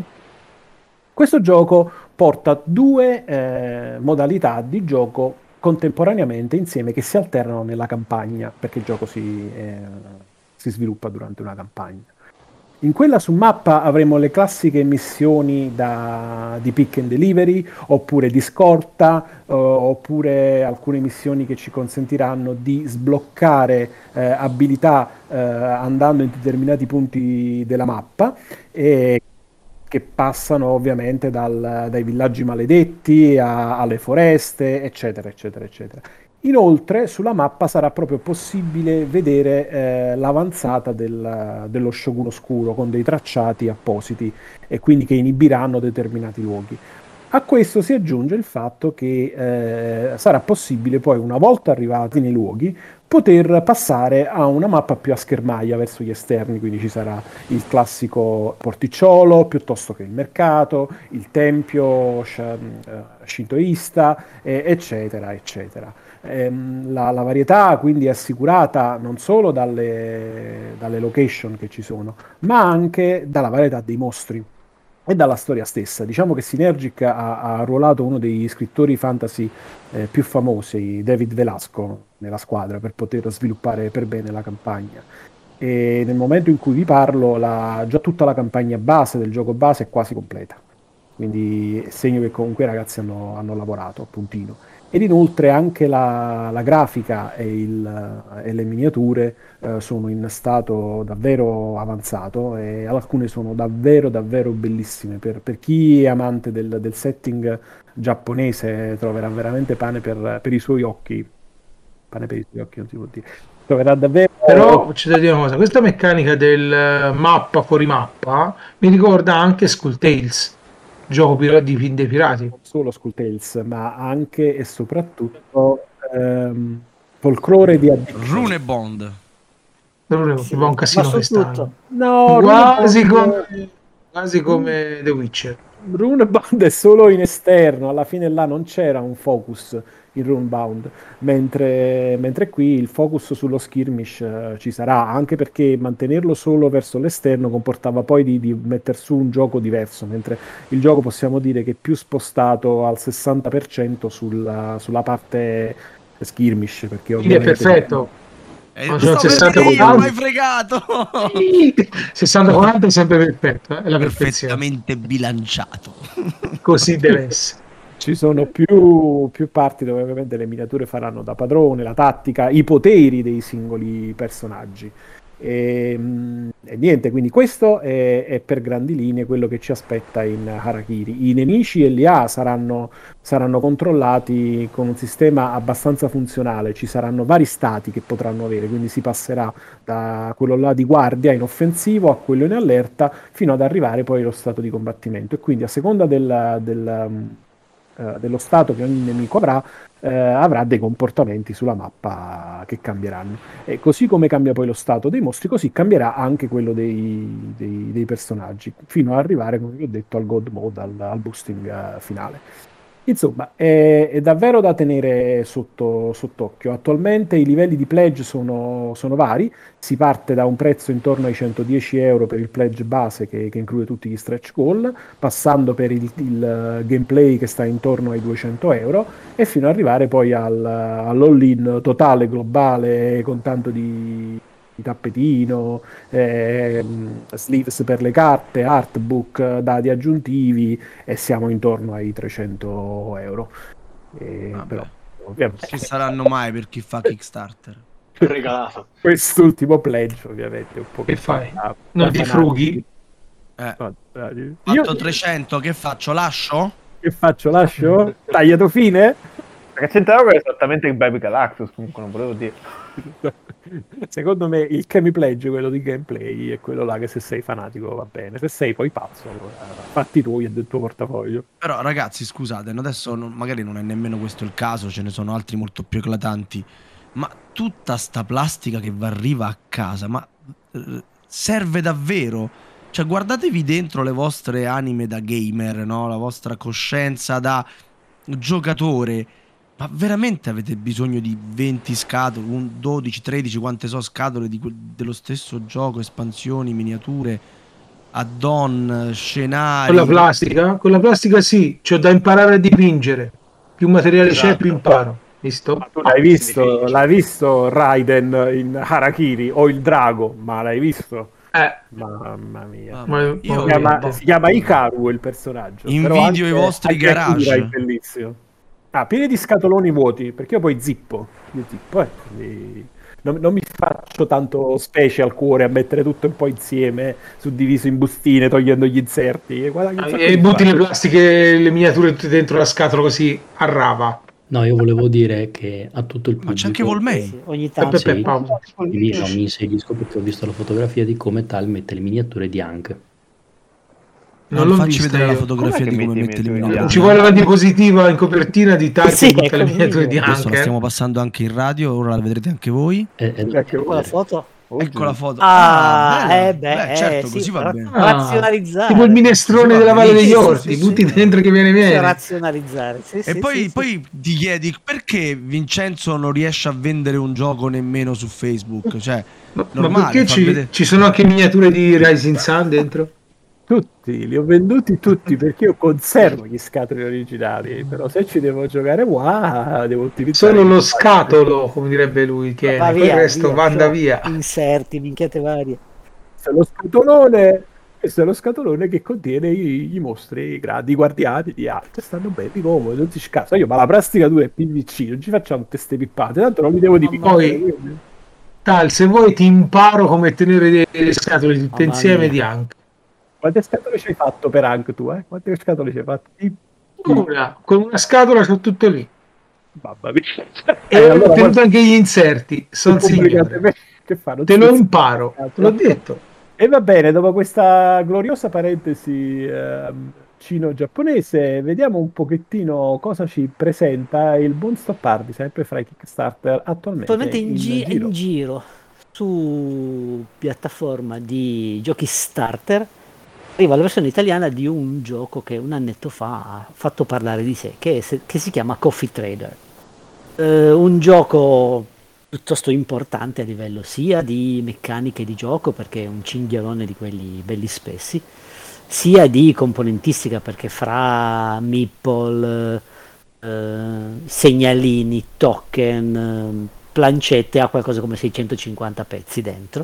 questo gioco porta due eh, modalità di gioco contemporaneamente insieme che si alternano nella campagna, perché il gioco si, eh, si sviluppa durante una campagna. In quella su mappa avremo le classiche missioni da, di pick and delivery, oppure di scorta, eh, oppure alcune missioni che ci consentiranno di sbloccare eh, abilità eh, andando in determinati punti della mappa, e che passano ovviamente dal- dai villaggi maledetti a- alle foreste, eccetera, eccetera, eccetera. Inoltre, sulla mappa sarà proprio possibile vedere eh, l'avanzata del- dello Shogun Oscuro con dei tracciati appositi e quindi che inibiranno determinati luoghi. A questo si aggiunge il fatto che eh, sarà possibile poi, una volta arrivati nei luoghi, poter passare a una mappa più a schermaglia verso gli esterni, quindi ci sarà il classico porticciolo piuttosto che il mercato, il tempio sha- eh, shintoista, eh, eccetera, eccetera. Ehm, la, la varietà quindi è assicurata non solo dalle, dalle location che ci sono, ma anche dalla varietà dei mostri e dalla storia stessa. Diciamo che Synergic ha, ha arruolato uno dei scrittori fantasy eh, più famosi, David Velasco, nella squadra per poter sviluppare per bene la campagna. E nel momento in cui vi parlo, la- già tutta la campagna base del gioco base è quasi completa. Quindi è segno che comunque i ragazzi hanno, hanno lavorato, appuntino. Ed inoltre anche la, la grafica e, il- e le miniature eh, sono in stato davvero avanzato e alcune sono davvero davvero bellissime. Per, per chi è amante del, del setting giapponese troverà veramente pane per, per i suoi occhi. Pane per i suoi occhi non si può dire. Troverà davvero... Però c'è da dire una cosa, questa meccanica del eh, mappa fuori mappa mi ricorda anche Skull Tales, gioco pira- di fin dei pirati. non solo Skull Tales, ma anche e soprattutto ehm, Folklore di Addiction. Runebond. Dove va un casino ma su quest'anno. tutto. No, Quasi Runebond- come, quasi come The Witcher. Runebound è solo in esterno, alla fine là non c'era un focus in Runebound, mentre, mentre qui il focus sullo skirmish eh, ci sarà, anche perché mantenerlo solo verso l'esterno comportava poi di, di metter su un gioco diverso, mentre il gioco possiamo dire che è più spostato al sessanta per cento sulla, sulla parte skirmish, perché Quindi è ovviamente... perfetto. Eh, Ma lo sono so sessanta perché io non quaranta. l'hai fregato. sessanta quaranta è sempre perfetto, eh? È la perfezione. Perfettamente bilanciato. Così deve essere. Ci sono più, più parti dove ovviamente le miniature faranno da padrone, la tattica, i poteri dei singoli personaggi. E, mm, e niente, quindi questo è, è per grandi linee quello che ci aspetta in Harakiri. I nemici e gli A saranno, saranno controllati con un sistema abbastanza funzionale, ci saranno vari stati che potranno avere, quindi si passerà da quello là di guardia in offensivo a quello in allerta fino ad arrivare poi allo stato di combattimento. E quindi a seconda del, del, eh, dello stato che ogni nemico avrà, eh, avrà dei comportamenti sulla mappa che cambieranno. E così come cambia poi lo stato dei mostri, così cambierà anche quello dei, dei- dei personaggi, fino ad arrivare, come vi ho detto, al God Mode, al, al boosting eh, finale. Insomma, è, è davvero da tenere sotto, sott'occhio. Attualmente i livelli di pledge sono, sono vari, si parte da un prezzo intorno ai centodieci euro per il pledge base che, che include tutti gli stretch goal, passando per il, il eh, gameplay che sta intorno ai duecento euro e fino ad arrivare poi al, all'all-in totale, globale, con tanto di, di tappetino, ehm, sleeves per le carte, artbook, dati aggiuntivi e siamo intorno ai trecento euro. E, Vabbè. però, ovviamente, Ci saranno mai per chi fa Kickstarter. Regalato. quest'ultimo pledge ovviamente è un po' Che fai? da- Non da ti fanatici. frughi? Eh, No, dai. fatto Io trecento, che faccio? Lascio? che faccio? Lascio? Tagliato fine? Perché cento euro è esattamente il Baby Galactus, comunque non volevo dire. Secondo me il Chemi Pledge, quello di gameplay, è quello là che se sei fanatico va bene, se sei poi pazzo, allora fatti tu e del tuo portafoglio. Però ragazzi, scusate, adesso non- magari non è nemmeno questo il caso, ce ne sono altri molto più eclatanti, ma tutta sta plastica che vi arriva a casa, ma eh, serve davvero? Cioè guardatevi dentro le vostre anime da gamer, no? La vostra coscienza da giocatore, ma veramente avete bisogno di venti scatole, un dodici, tredici, quante so scatole di que- dello stesso gioco, espansioni, miniature, add-on, scenari? Con la plastica? Con la plastica sì, c'ho da imparare a dipingere. Più materiale c'è, Esatto. più imparo. Visto? Ma tu l'hai si visto, dipinge. l'hai visto Raiden in Harakiri o il drago, ma l'hai visto? Eh, Mamma mia. Vabbè, Ma- io- Si ma- chiama, boh. si chiama Ikaru il personaggio. Invidio però anche- i vostri anche Akira garage. è bellissimo. Ah, pieni di scatoloni vuoti, perché io poi zippo. Io zippo, eh, quindi non, non mi faccio tanto specie al cuore a mettere tutto un po' insieme, suddiviso in bustine, togliendo gli inserti. E, guadagno un sacco E di butti le spazio. plastiche, le miniature tutte dentro la scatola così a rava. No, io volevo dire che a tutto il Ma pubblico... c'è anche Volmei. Sì, ogni Peppe tanto. Sì. pe Paolo. Mi, no, mi inserisco perché ho visto la fotografia di come Tal mette le miniature di Hank. Non Non l'ho facci vista vedere la io. fotografia Com'è di che come metti mette le i miniature. miei Ci vuole la diapositiva in copertina di Tal Sì, che butta le ecco, miniature di Adesso la Hank. stiamo passando anche in radio, ora la vedrete anche voi. E, e- Ecco, Ecco la foto. Ecco la foto. Ah, bella. eh beh, certo, eh, così sì, va ra- bene. Ah, razionalizzare. tipo il minestrone Sì, va della Valle degli benissimo. Orti, Sì, sì, butti sì. dentro che viene Bisogna bene. razionalizzare. Sì, E sì, poi, sì, sì. poi ti chiedi perché Vincenzo non riesce a vendere un gioco nemmeno su Facebook? Cioè, Ma, ma normale, perché fa ci, vedere- ci sono anche miniature di Rising Sun dentro? tutti, li ho venduti tutti perché io conservo gli scatoli originali, però se ci devo giocare qua devo utilizzare Solo gli lo scatoli. scatolo, come direbbe lui, che Va poi via, il resto via, vanda cioè, via. Inserti, minchiate varie. Questo è lo scatolone, questo è lo scatolone che contiene i, i mostri grandi, i guardiani di arte. Stanno belli comodi, non si scassa. Io, ma la plastica due è P V C, non ci facciamo teste pippate, tanto non li devo dipingere. Poi- quindi- Tal, se vuoi ti imparo come tenere le, le scatole tutte Mamma insieme mia. di Hank. Quante scatole ci hai fatto per Hank tu, eh? Quante scatole ci hai fatto? Sì. Una, con una scatola c'ho tutto lì. Mamma mia. E Eh, ho allora, ottenuto guarda, anche gli inserti. Sono complicate signore. me. Che fa? Non Te si lo pensa- imparo, te l'ho detto. E va bene, dopo questa gloriosa parentesi ehm, cino-giapponese, vediamo un pochettino cosa ci presenta il buon Stoppardi, sempre fra i Kickstarter attualmente Attualmente in, gi- giro. in giro su piattaforma di giochi starter arriva la versione italiana di un gioco che un annetto fa ha fatto parlare di sé, che, è, che si chiama Coffee Trader. Eh, un gioco piuttosto importante a livello sia di meccaniche di gioco, perché è un cinghialone di quelli belli spessi, sia di componentistica, perché fra meeple, eh, segnalini, token, eh, plancette ha qualcosa come seicentocinquanta pezzi dentro.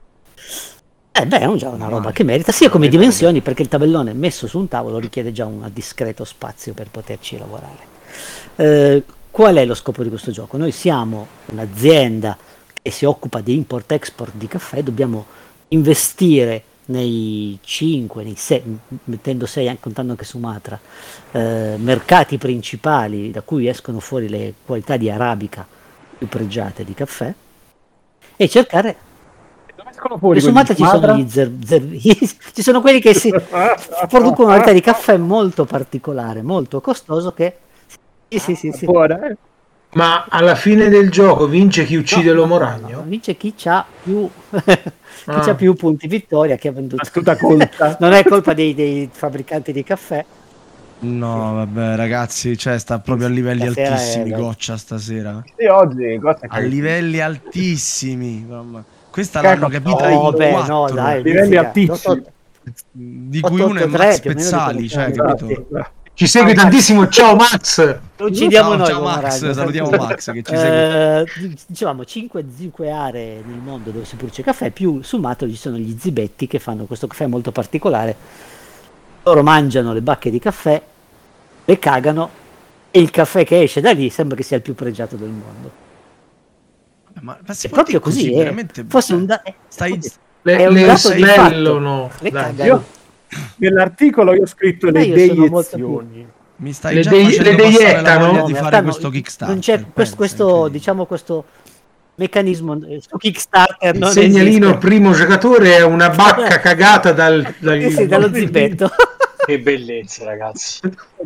Eh beh, è un, già una roba che merita, sia come dimensioni, perché il tabellone messo su un tavolo richiede già un discreto spazio per poterci lavorare. Eh, qual è lo scopo di questo gioco? Noi siamo un'azienda che si occupa di import-export di caffè, dobbiamo investire nei cinque, nei sei, mettendo sei, contando anche Sumatra, eh, mercati principali da cui escono fuori le qualità di arabica più pregiate di caffè, e cercare. Fuori su Sumatra ci sono gli zer, zer, ci sono quelli che si producono una qualità di caffè molto particolare, molto costoso, che sì, sì, sì, sì. Ma alla fine del gioco vince chi uccide no, l'uomo ragno? No, vince chi ha più chi ah. c'ha più punti vittoria, che ha venduto tutta colpa. Non è colpa dei, dei fabbricanti di caffè. No, vabbè, ragazzi, cioè sta proprio a livelli stasera altissimi è, Goccia stasera. Sì, oggi Goccia a livelli altissimi, mamma. Questa che l'hanno capita no, in beh, quattro no, dai, livelli altissimi, di cui uno è Max Pezzali, cioè, capito? Ci segue ah, tantissimo, ciao Max! Lo uccidiamo ciao, noi, ciao Max, radio. Salutiamo Max che ci segue. Eh, dicevamo cinque aree nel mondo dove si produce caffè, più sul Mato ci sono gli zibetti che fanno questo caffè molto particolare. Loro mangiano le bacche di caffè, le cagano, e il caffè che esce da lì sembra che sia il più pregiato del mondo. Ma, ma è proprio così, così veramente forse un da- stai le, è un le dato di fatto. No. Le io, nell'articolo io ho scritto le deiezioni. Mi stai le già de- facendo le passare la voglia no, di fare no, questo Kickstarter. Non c'è pensa, questo, questo diciamo questo meccanismo su Kickstarter. Il non segnalino esiste. Primo giocatore è una bacca cagata dal, dal... Sì, sì, dallo zibetto. Che bellezza, ragazzi.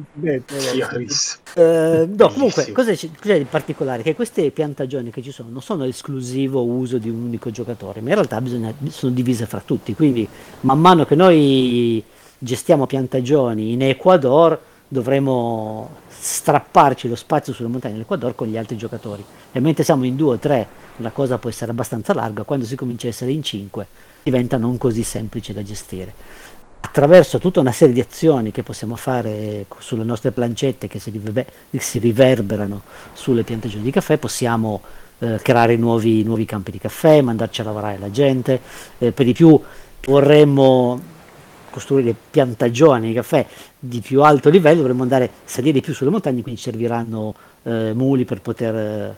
Uh, no, comunque, cos'è, cos'è di particolare? Che queste piantagioni che ci sono non sono esclusivo uso di un unico giocatore, ma in realtà bisogna, sono divise fra tutti. Quindi, man mano che noi gestiamo piantagioni in Ecuador, dovremo strapparci lo spazio sulle montagne dell'Ecuador con gli altri giocatori. E mentre siamo in due o tre, la cosa può essere abbastanza larga. Quando si comincia a essere in cinque, diventa non così semplice da gestire. Attraverso tutta una serie di azioni che possiamo fare sulle nostre plancette, che si, river- si riverberano sulle piantagioni di caffè, possiamo eh, creare nuovi, nuovi campi di caffè, mandarci a lavorare la gente. Eh, per di più vorremmo costruire piantagioni di caffè di più alto livello, dovremmo andare a salire di più sulle montagne, quindi serviranno eh, muli per poter eh,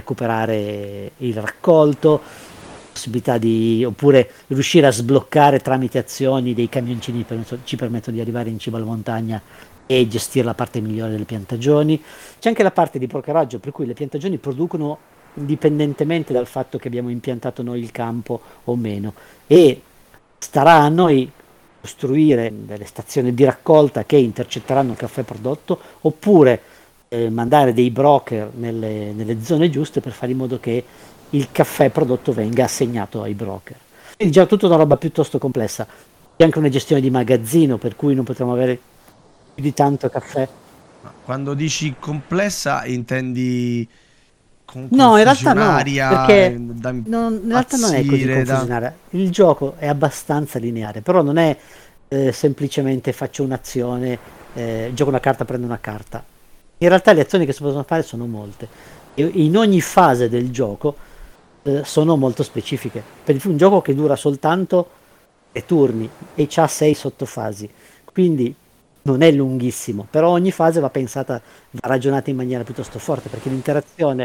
recuperare il raccolto, possibilità di, oppure riuscire a sbloccare tramite azioni dei camioncini che ci permettono di arrivare in cima alla montagna e gestire la parte migliore delle piantagioni. C'è anche la parte di brokeraggio, per cui le piantagioni producono indipendentemente dal fatto che abbiamo impiantato noi il campo o meno, e starà a noi costruire delle stazioni di raccolta che intercetteranno il caffè prodotto, oppure eh, mandare dei broker nelle, nelle zone giuste per fare in modo che il caffè prodotto venga assegnato ai broker. Quindi già tutta una roba piuttosto complessa. C'è anche una gestione di magazzino, per cui non potremo avere più di tanto caffè. Ma quando dici complessa intendi con no, in realtà no, perché da non, in realtà non è così confusionaria. Da... Il gioco è abbastanza lineare, però non è eh, semplicemente faccio un'azione, eh, gioco una carta, prendo una carta. In realtà le azioni che si possono fare sono molte. E in ogni fase del gioco Eh, sono molto specifiche. Per un gioco che dura soltanto tre turni e c'ha sei sottofasi, quindi non è lunghissimo, però ogni fase va pensata, va ragionata in maniera piuttosto forte, perché l'interazione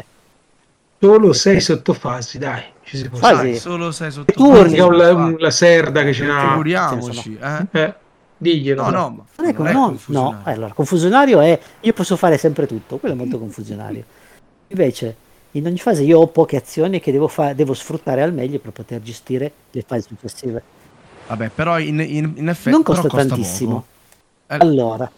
solo sei sottofasi, dai, ci si può fare solo sei sottofasi. Turni, la, la serda che ce n'ha, figuriamoci, eh? eh diglielo. No, no, ma non è, non è no, confusionario. No, allora, confusionario è io posso fare sempre tutto, quello è molto confusionario. Invece in ogni fase io ho poche azioni che devo, fa- devo sfruttare al meglio per poter gestire le fasi successive. Vabbè, però in, in, in effetti non costa, costa tantissimo. Eh, allora,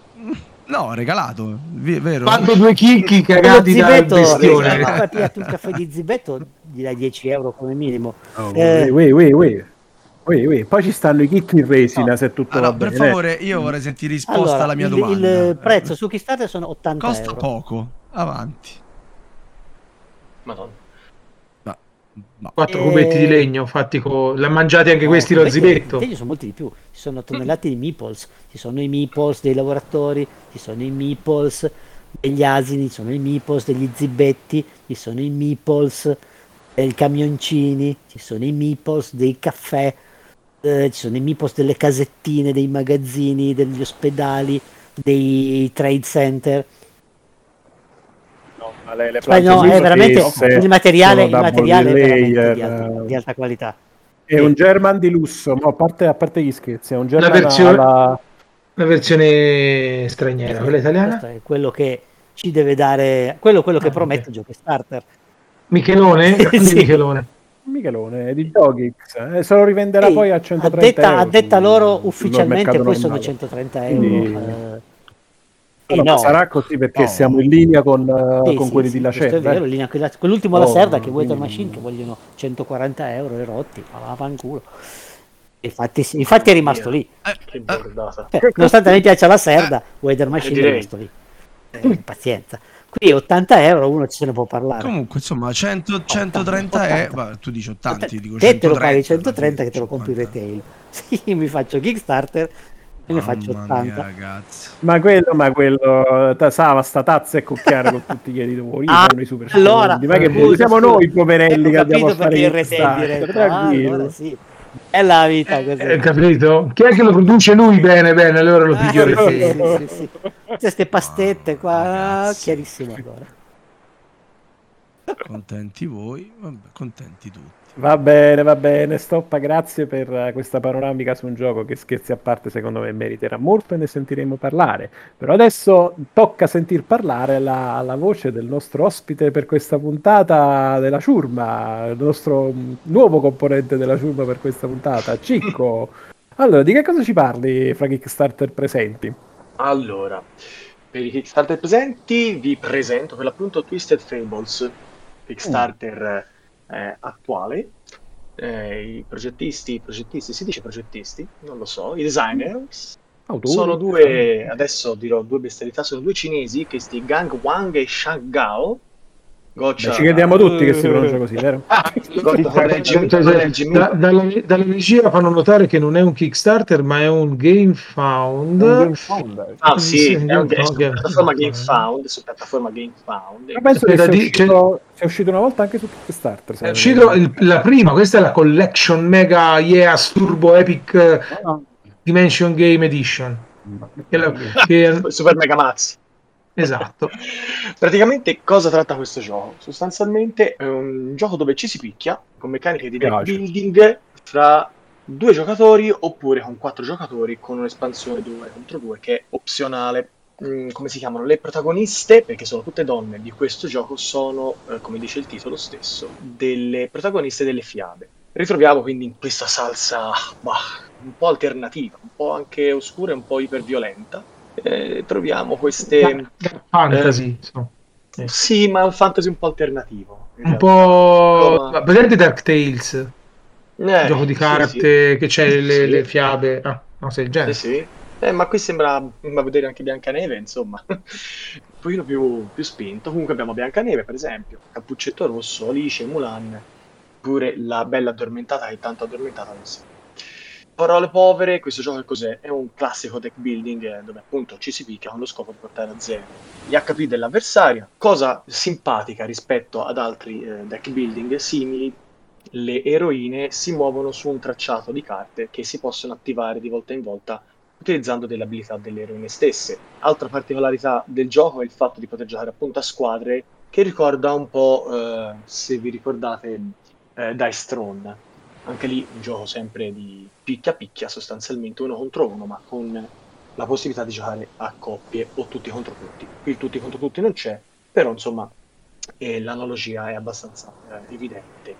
no, regalato, v- vero? Quando due chicchi cagati dal bestione. Ma tu il caffè di Zibetto gli dai dieci euro come minimo. Oh, eh, wait, wait, wait. Ui, ui, poi ci stanno i kit in resina, se tutto Ah, va no, per bene. favore, io vorrei sentire risposta Allora, alla mia il, domanda. il prezzo su Kickstarter sono ottanta Costa euro. poco, avanti. Madonna. Ma, ma- Quattro Eh, cubetti di legno fatti con... L'ha mangiati anche No, questi lo questi zibetto? impegni sono molti di più, ci sono tonnellate di meeples, ci sono i meeples dei lavoratori, ci sono i meeples degli asini, ci sono i meeples degli zibetti, ci sono i meeples dei camioncini, ci sono i meeples dei caffè, eh, ci sono i meeples delle casettine, dei magazzini, degli ospedali, dei trade center. No, ma le, le Poi planche no, è Swiss veramente fisse il materiale, sono il double materiale è veramente di layer, alta, di alta qualità. è un German di lusso, ma a parte, a parte gli scherzi, è un La German versione, alla... la versione straniera, quella italiana? Questo è quello che ci deve dare, quello, quello che Ah, promette ok. il gioco Starter. Michelone? Grande Sì. Michelone. Michelone di Gogix, eh, se lo rivenderà Sì, poi a a centotrenta detta, euro a detta sul- loro sul ufficialmente mercato poi sono normale. centotrenta euro. Quindi- eh, Ah, e no, ma no, sarà così perché No. siamo in linea con, eh, sì, con sì, quelli sì, di questo Lacerda. è vero, eh. in linea con la- quell'ultimo alla Oh, Serda che Water quindi- Machine che vogliono centoquaranta euro e rotti, ma vaffanculo. Infatti, sì, infatti è rimasto lì. Che bordata. Cioè, nonostante a me piaccia la Serda, Water Machine è direi. rimasto lì. Eh, pazienza. Qui ottanta euro uno ci se ne può parlare. Comunque, insomma, cento, centotrenta ottanta. è... Vabbè, tu dici ottanta, io dico Te te lo paghi centotrenta, centotrenta che te lo compri in cinquanta. retail. Sì, mi faccio Kickstarter e ne faccio Mamma mia, ottanta. ragazzi. Ma quello, ma quello, ta- Sava, sta tazza e cucchiare con tutti gli editori, Ah, fanno i super allora, sconti. Ma che scusa, siamo scusa. noi i poverelli Eh, che ho andiamo a capito fare perché il retail Kickstarter, diretto. Ah, tranquillo. allora sì. È la vita così. Eh, capito? Chi è che lo produce lui bene bene, allora lo Ah, piglio sì, il sì, retail. sì, sì, sì. Queste pastette qua, Ragazzi. chiarissimo allora. Contenti voi, vabbè, contenti tutti. Va bene, va bene, Stoppa, grazie per eh, questa panoramica su un gioco che, scherzi a parte, secondo me meriterà molto e ne sentiremo parlare. Però adesso tocca sentir parlare la, la voce del nostro ospite per questa puntata della ciurma, il nostro mm, nuovo componente della ciurma per questa puntata, Cicco. Allora, di che cosa ci parli fra Kickstarter presenti? Allora, per i Kickstarter presenti vi presento per l'appunto Twisted Fables, Kickstarter eh, attuale. Eh, I progettisti, progettisti, si dice progettisti? Non lo so, i designers Autori? sono due, adesso dirò due bestialità, sono due cinesi, questi Gang Wang e Shang Gao. Goccia, Beh, ci crediamo tutti che si pronuncia così, vero? Goccia, correggimi, Cioè, correggimi. da- dalla, dalla regia fanno notare che non è un Kickstarter ma è un Game Found. È un game founder. Ah sì, Sì, è, un, è Game su Found. piattaforma GameFound, su piattaforma GameFound. Ma penso che Aspetta, sia di- uscito, sia uscito una volta anche su Kickstarter. se È non uscito ricordo. il- la prima, questa è la Collection Mega Years Turbo Epic eh, Dimension Game Edition. Che la- che- Super Mega Max. esatto. Praticamente cosa tratta questo gioco? Sostanzialmente è un gioco dove ci si picchia con meccaniche di deck Piace. building fra due giocatori oppure con quattro giocatori con un'espansione due contro due che è opzionale. Mm, come si chiamano? Le protagoniste, perché sono tutte donne di questo gioco, sono, eh, come dice il titolo stesso, delle protagoniste delle fiabe. Ritroviamo quindi in questa salsa bah, un po' alternativa, un po' anche oscura e un po' iperviolenta. Eh, troviamo queste... Dark Fantasy, insomma. Sì. Sì, ma è un fantasy un po' alternativo. in Un realtà. po'. Insomma, Presente Dark Tales? eh, Gioco di sì, carte che c'è le, Sì. le fiabe. Ah, no, sei il Sì, genere. sì. Eh, ma qui sembra, sembra vedere anche Biancaneve, insomma. Un pochino più, più spinto. Comunque abbiamo Biancaneve, per esempio, Cappuccetto Rosso, Alice, Mulan, pure la bella addormentata che tanto addormentata non si. Parole povere, questo gioco che cos'è? È un classico deck building eh, dove appunto ci si picchia con lo scopo di portare a zero gli H P dell'avversario. Cosa simpatica rispetto ad altri eh, deck building simili, le eroine si muovono su un tracciato di carte che si possono attivare di volta in volta utilizzando delle abilità delle eroine stesse. Altra particolarità del gioco è il fatto di poter giocare appunto a squadre che ricorda un po', eh, se vi ricordate, eh, Dice Throne. Anche lì un gioco sempre di picchia picchia, sostanzialmente uno contro uno, ma con la possibilità di giocare a coppie o tutti contro tutti. Qui il tutti contro tutti non c'è, però insomma eh, l'analogia è abbastanza eh, evidente.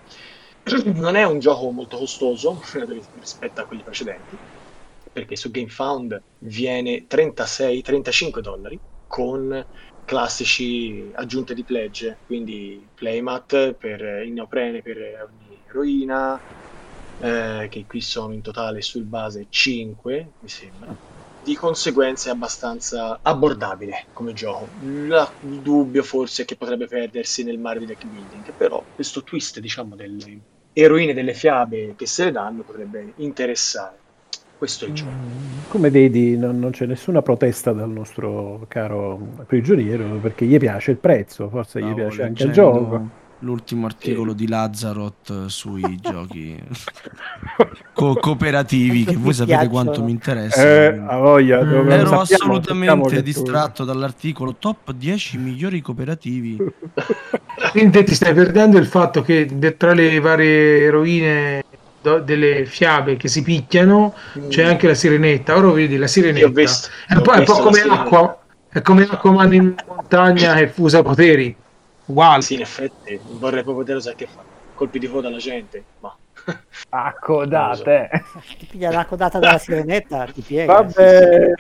Non è un gioco molto costoso rispetto a quelli precedenti, perché su GameFound viene trentasei trentacinque dollari con classici aggiunte di pledge, quindi playmat per il neoprene per ogni eroina, eh, che qui sono in totale sul base cinque, mi sembra. Di conseguenza è abbastanza abbordabile come gioco. La- il dubbio forse è che potrebbe perdersi nel mare di deck building, però questo twist, diciamo, delle eroine delle fiabe che se le danno potrebbe interessare. Questo è il gioco. Come vedi, non, non c'è nessuna protesta dal nostro caro prigioniero perché gli piace il prezzo, forse gli Stavo piace anche il leggendo gioco. l'ultimo articolo di Lazarot sui giochi co- cooperativi, che voi Mi sapete piacciono. quanto mi interessano. Eh, quindi. a voglia, dove lo Ero sappiamo, sappiamo assolutamente che tu- distratto dall'articolo top dieci migliori cooperativi. Quindi ti stai perdendo il fatto che de- tra le varie eroine do- delle fiabe che si picchiano c'è anche la sirenetta. Ora vedi la Io ho sirenetta. visto, È un ho po', è un po' visto la come sirenetta. l'acqua, è come Aquaman in montagna che usa poteri. Uguale. Sì, in effetti, vorrei proprio vedere sai che fa. Colpi di coda alla gente, ma... Accodate. Ti piglia la codata della sirenetta, ti piega. Va bene.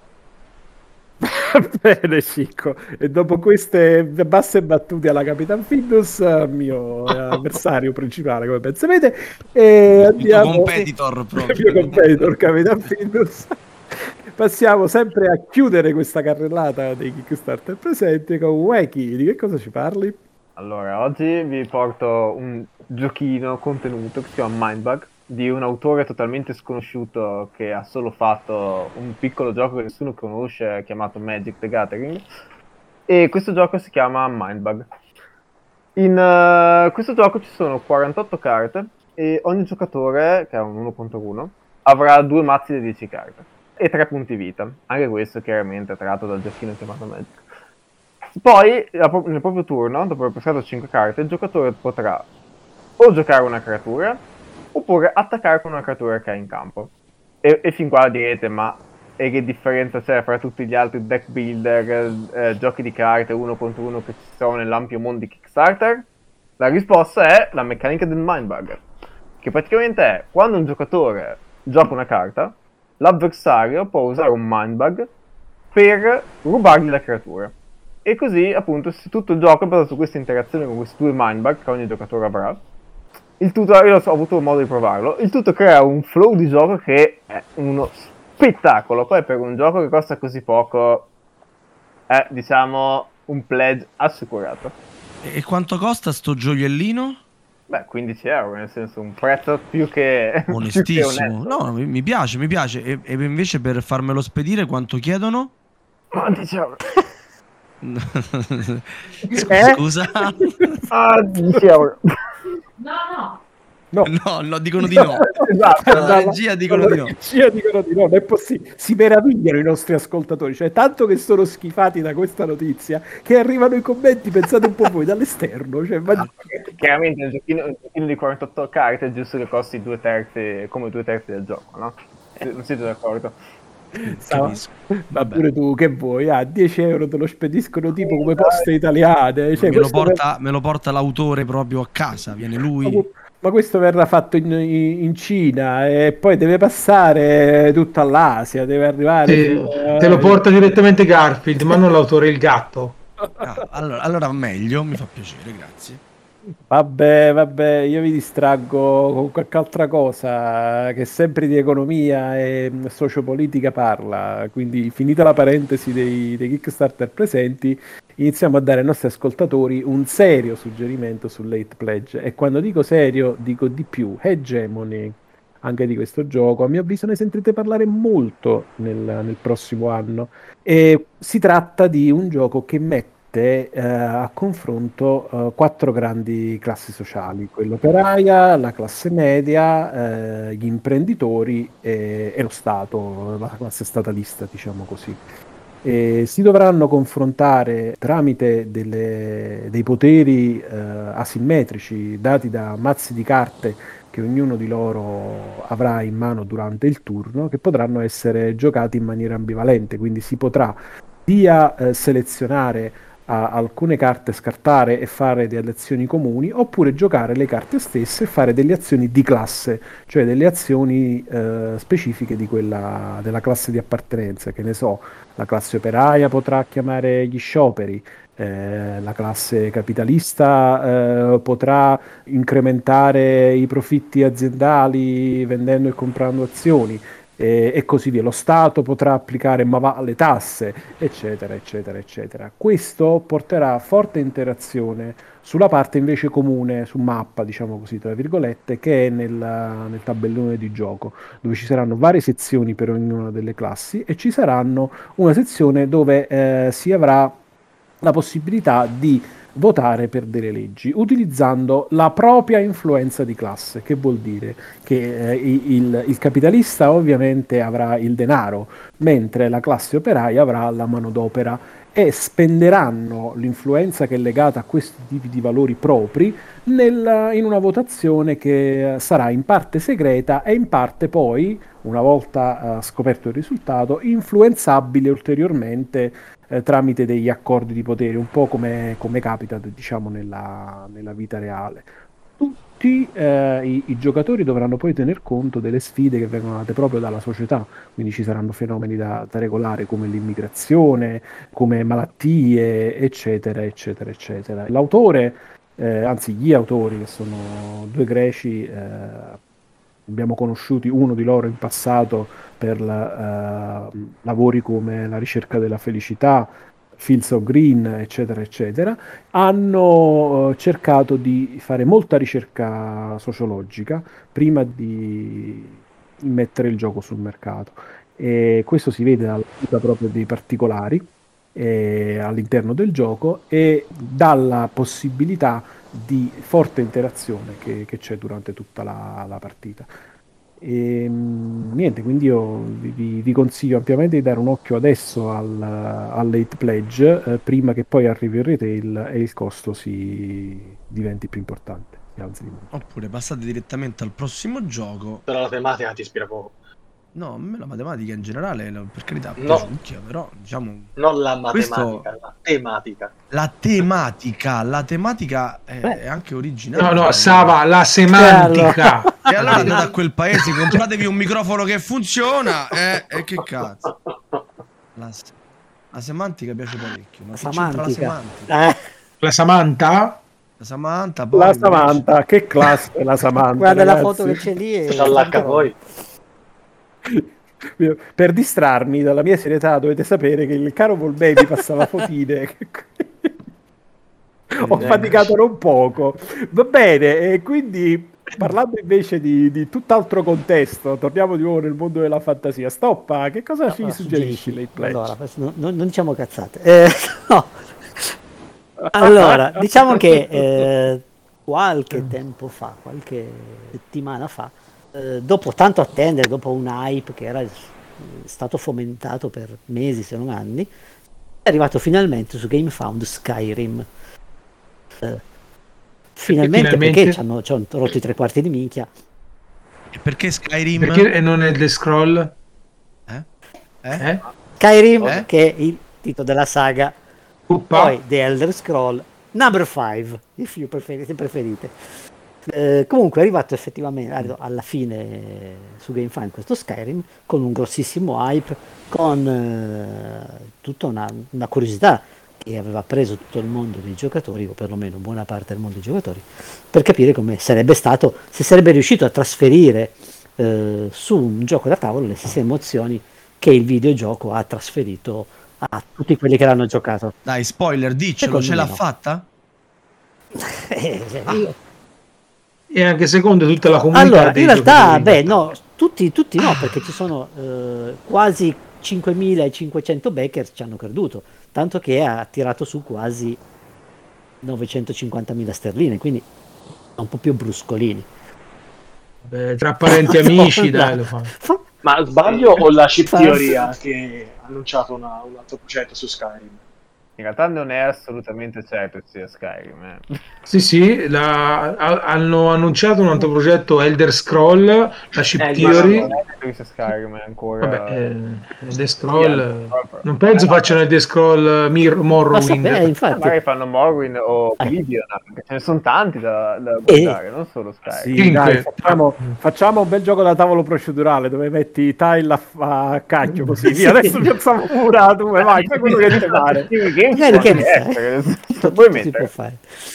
Va bene, Cicco. E dopo queste basse battute alla Capitan Findus, mio avversario principale, come ben sapete, e Il tuo andiamo... competitor il proprio. mio competitor, Capitan Findus. Passiamo sempre a chiudere questa carrellata dei Kickstarter presenti con Wacky. Di che cosa ci parli? Allora, oggi vi porto un giochino contenuto che si chiama Mindbug, di un autore totalmente sconosciuto che ha solo fatto un piccolo gioco che nessuno conosce chiamato Magic the Gathering, e questo gioco si chiama Mindbug. In uh, questo gioco ci sono quarantotto carte e ogni giocatore, che è un uno contro uno, avrà due mazzi di dieci carte e tre punti vita. Anche questo chiaramente è tratto dal giochino chiamato Magic. Poi, nel proprio turno, dopo aver pescato cinque carte, il giocatore potrà o giocare una creatura, oppure attaccare con una creatura che ha in campo. E, e fin qua direte, ma e che differenza c'è fra tutti gli altri deck builder, eh, giochi di carte uno contro uno che ci sono nell'ampio mondo di Kickstarter? La risposta è la meccanica del Mindbug, che praticamente è, quando un giocatore gioca una carta, l'avversario può usare un Mindbug per rubargli la creatura. E così, appunto, tutto il gioco è basato su questa interazione con questi due Mindbug che ogni giocatore avrà. Il tutto, io ho avuto modo di provarlo, il tutto crea un flow di gioco che è uno spettacolo. Poi per un gioco che costa così poco è, diciamo, un pledge assicurato. E quanto costa sto gioiellino? Beh, quindici euro, nel senso un prezzo più che Onestissimo. più che onesto. No, mi, mi piace, mi piace. E, e invece per farmelo spedire quanto chiedono? quindici euro. Scusa, scusa. Ah, dieci euro. No. No, no, dicono di no. Esatto. La regia dicono di no. La regia dicono di no, non è possibile. Si meravigliano i nostri ascoltatori, cioè tanto che sono schifati da questa notizia che arrivano i commenti, pensate un po' voi, dall'esterno. Cioè, ma... Chiaramente il giochino, il giochino di quarantotto carte è giusto che costi due terzi, come due terzi del gioco, no? Non siete d'accordo? Capisco. Ma Vabbè. pure tu che vuoi? Ah, dieci euro te lo spediscono tipo come poste italiane. Cioè, me, lo questo porta, me lo porta l'autore proprio a casa, viene lui. Ma questo verrà fatto in, in Cina e poi deve passare tutta l'Asia, deve arrivare... Sì, fino a- te lo porta direttamente Garfield, ma non l'autore, il gatto. Ah, allora, allora meglio, mi fa piacere, grazie. Vabbè, vabbè, io vi distraggo con qualche altra cosa che sempre di economia e sociopolitica parla. Quindi, finita la parentesi dei, dei Kickstarter presenti, iniziamo a dare ai nostri ascoltatori un serio suggerimento sull'Hate Pledge. E quando dico serio, dico di più. Hegemony, anche di questo gioco, a mio avviso ne sentirete parlare molto nel, nel prossimo anno. E si tratta di un gioco che mette Eh, a confronto eh, quattro grandi classi sociali, quella operaia, la classe media, eh, gli imprenditori e, e lo Stato, la classe statalista, diciamo così. E si dovranno confrontare tramite delle, dei poteri eh, asimmetrici dati da mazzi di carte che ognuno di loro avrà in mano durante il turno, che potranno essere giocati in maniera ambivalente, quindi si potrà sia eh, selezionare a alcune carte scartare e fare delle azioni comuni, oppure giocare le carte stesse e fare delle azioni di classe, cioè delle azioni eh, specifiche di quella, della classe di appartenenza. Che ne so, la classe operaia potrà chiamare gli scioperi, eh, la classe capitalista eh, potrà incrementare i profitti aziendali vendendo e comprando azioni, e, e così via. Lo Stato potrà applicare ma va alle tasse, eccetera, eccetera, eccetera. Questo porterà forte interazione sulla parte invece comune, su mappa, diciamo così, tra virgolette, che è nel, nel tabellone di gioco, dove ci saranno varie sezioni per ognuna delle classi e ci saranno una sezione dove eh, si avrà la possibilità di votare per delle leggi utilizzando la propria influenza di classe, che vuol dire che eh, il, il capitalista ovviamente avrà il denaro, mentre la classe operaia avrà la manodopera, e spenderanno l'influenza che è legata a questi tipi di valori propri nel, in una votazione che sarà in parte segreta e in parte poi, una volta uh, scoperto il risultato, influenzabile ulteriormente eh, tramite degli accordi di potere, un po' come, come capita, diciamo, nella, nella vita reale. Tutti eh, i, i giocatori dovranno poi tener conto delle sfide che vengono date proprio dalla società, quindi ci saranno fenomeni da, da regolare come l'immigrazione, come malattie, eccetera, eccetera, eccetera. L'autore, eh, anzi gli autori, che sono due greci, eh, abbiamo conosciuti uno di loro in passato per la, uh, lavori come La ricerca della felicità, Fields of Green, eccetera, eccetera, hanno uh, cercato di fare molta ricerca sociologica prima di mettere il gioco sul mercato, e questo si vede dalla vita proprio dei particolari eh, all'interno del gioco e dalla possibilità di forte interazione che, che c'è durante tutta la, la partita. E niente, quindi io vi, vi consiglio ampiamente di dare un occhio adesso al, all'Eight Pledge eh, prima che poi arrivi il retail e il costo si diventi più importante, si alzi di molto. Oppure passate direttamente al prossimo gioco. Però la tematica ti ispira poco. No, a me la matematica in generale, per carità, No. piaciucchia, però diciamo... Non la matematica, questo- la tematica. La tematica, la tematica è, Beh. è anche originale. No, no, Sava, la semantica. E allora andate a quel paese, compratevi un microfono che funziona e, e che cazzo. La, se- la semantica piace parecchio. Ma La che c'entra la semantica. semantica? Eh, La Samantha? La Samantha, poi La Samantha, che classe è la Samantha, guarda la ragazzi. foto che c'è lì e C'ha l'H poi. Per distrarmi dalla mia serietà dovete sapere che il caro Volbebi passava fotine. Ho faticato non poco. Va bene, e quindi parlando invece di, di tutt'altro contesto, torniamo di nuovo nel mondo della fantasia. Stoppa, che cosa ci Allora, suggerisci lei, Pledge? Allora, adesso non, non- non diciamo cazzate. Eh, no. Allora, diciamo che eh, qualche tempo fa, qualche settimana fa, eh, dopo tanto attendere, dopo un hype che era eh, stato fomentato per mesi, se non anni, è arrivato finalmente su GameFound Skyrim. Eh, finalmente, finalmente? perché ci hanno, ci hanno rotto i tre quarti di minchia. Perché Skyrim? Perché e non è The Scroll? Eh? Eh? Eh? Skyrim, Eh? che è il titolo della saga. Uppa. Poi The Elder Scroll number five, if you preferite, se preferite. Eh, comunque è arrivato effettivamente arrivato alla fine eh, su GameFound questo Skyrim con un grossissimo hype, con eh, tutta una, una curiosità che aveva preso tutto il mondo dei giocatori, o perlomeno buona parte del mondo dei giocatori, per capire come sarebbe stato, se sarebbe riuscito a trasferire eh, su un gioco da tavolo le stesse emozioni che il videogioco ha trasferito a tutti quelli che l'hanno giocato. Dai, spoiler, diccelo, Secondo ce me l'ha no. fatta? Eh, io- E anche secondo tutta la comunità Allora, dei in realtà, giocatori. beh, no, tutti, tutti no, perché ci sono eh, quasi cinquemilacinquecento backers ci hanno creduto, tanto che ha tirato su quasi novecentocinquantamila sterline, quindi un po' più bruscolini. Beh, tra parenti e amici, dai, lo fa. Fa- Ma sbaglio o la chip Fa- teoria che ha annunciato una- un altro progetto su Skyrim? In realtà non è assolutamente certo che sia Skyrim. Eh. Sì, sì, la, ha, hanno annunciato un altro progetto Elder Scroll, la Ship Eh, Theory. Non è che sia Skyrim, è ancora... Vabbè, eh, Elder Scroll, Sì, non penso facciano Elder Scroll Mir- Morrowind. Ma sape- eh, Eh, infatti, magari fanno Morrowind o Eh. Oblivion, perché ce ne sono tanti da, da guardare, non solo Skyrim. Sì, Cinque. dai, facciamo, facciamo un bel gioco da tavolo procedurale dove metti i tile a, a cacchio così via. Adesso piazziamo pure tu e vai, fai quello che ti pare. Magari che ne sai? Puoi tutto si mettere. può fare.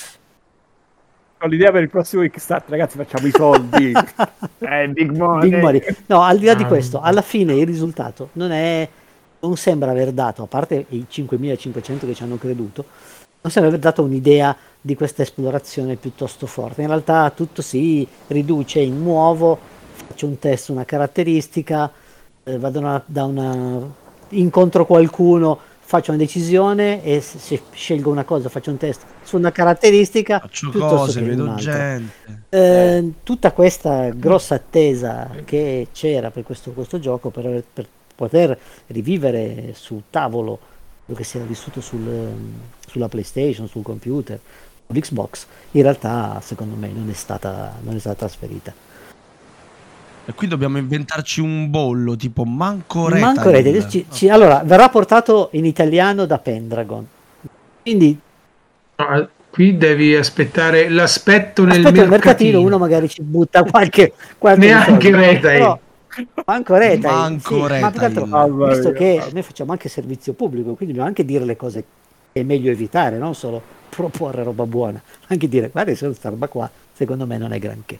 Ho l'idea per il prossimo Kickstarter, ragazzi, facciamo i soldi. Eh, Big Money. Big money. No, al di là di Ah. questo, alla fine il risultato non è, non sembra aver dato, a parte i cinquemilacinquecento che ci hanno creduto, non sembra aver dato un'idea di questa esplorazione piuttosto forte. In realtà tutto si riduce in muovo, faccio un test, una caratteristica, eh, vado una- da una incontro qualcuno, faccio una decisione e se se scelgo una cosa, faccio un test su una caratteristica Faccio piuttosto cose, che vedo un'altra. gente. Eh, tutta questa grossa attesa che c'era per questo, questo gioco per, per poter rivivere sul tavolo quello che si era vissuto sul, sulla PlayStation, sul computer, sull'Xbox, in realtà secondo me non è stata, non è stata trasferita. E qui dobbiamo inventarci un bollo tipo Manco Retail. Manco Retail, ci- ci- allora verrà portato in italiano da Pendragon, quindi No, qui devi aspettare l'aspetto nel aspetta il mercatino. mercatino, uno magari ci butta qualche, qualche Neanche soldi. Retail. Però Manco Retail, Manco sì, ma più che Retail. altro, Mamma visto mia. che noi facciamo anche servizio pubblico, quindi dobbiamo anche dire le cose che è meglio evitare, non solo proporre roba buona, anche dire guarda se questa roba qua secondo me non è granché.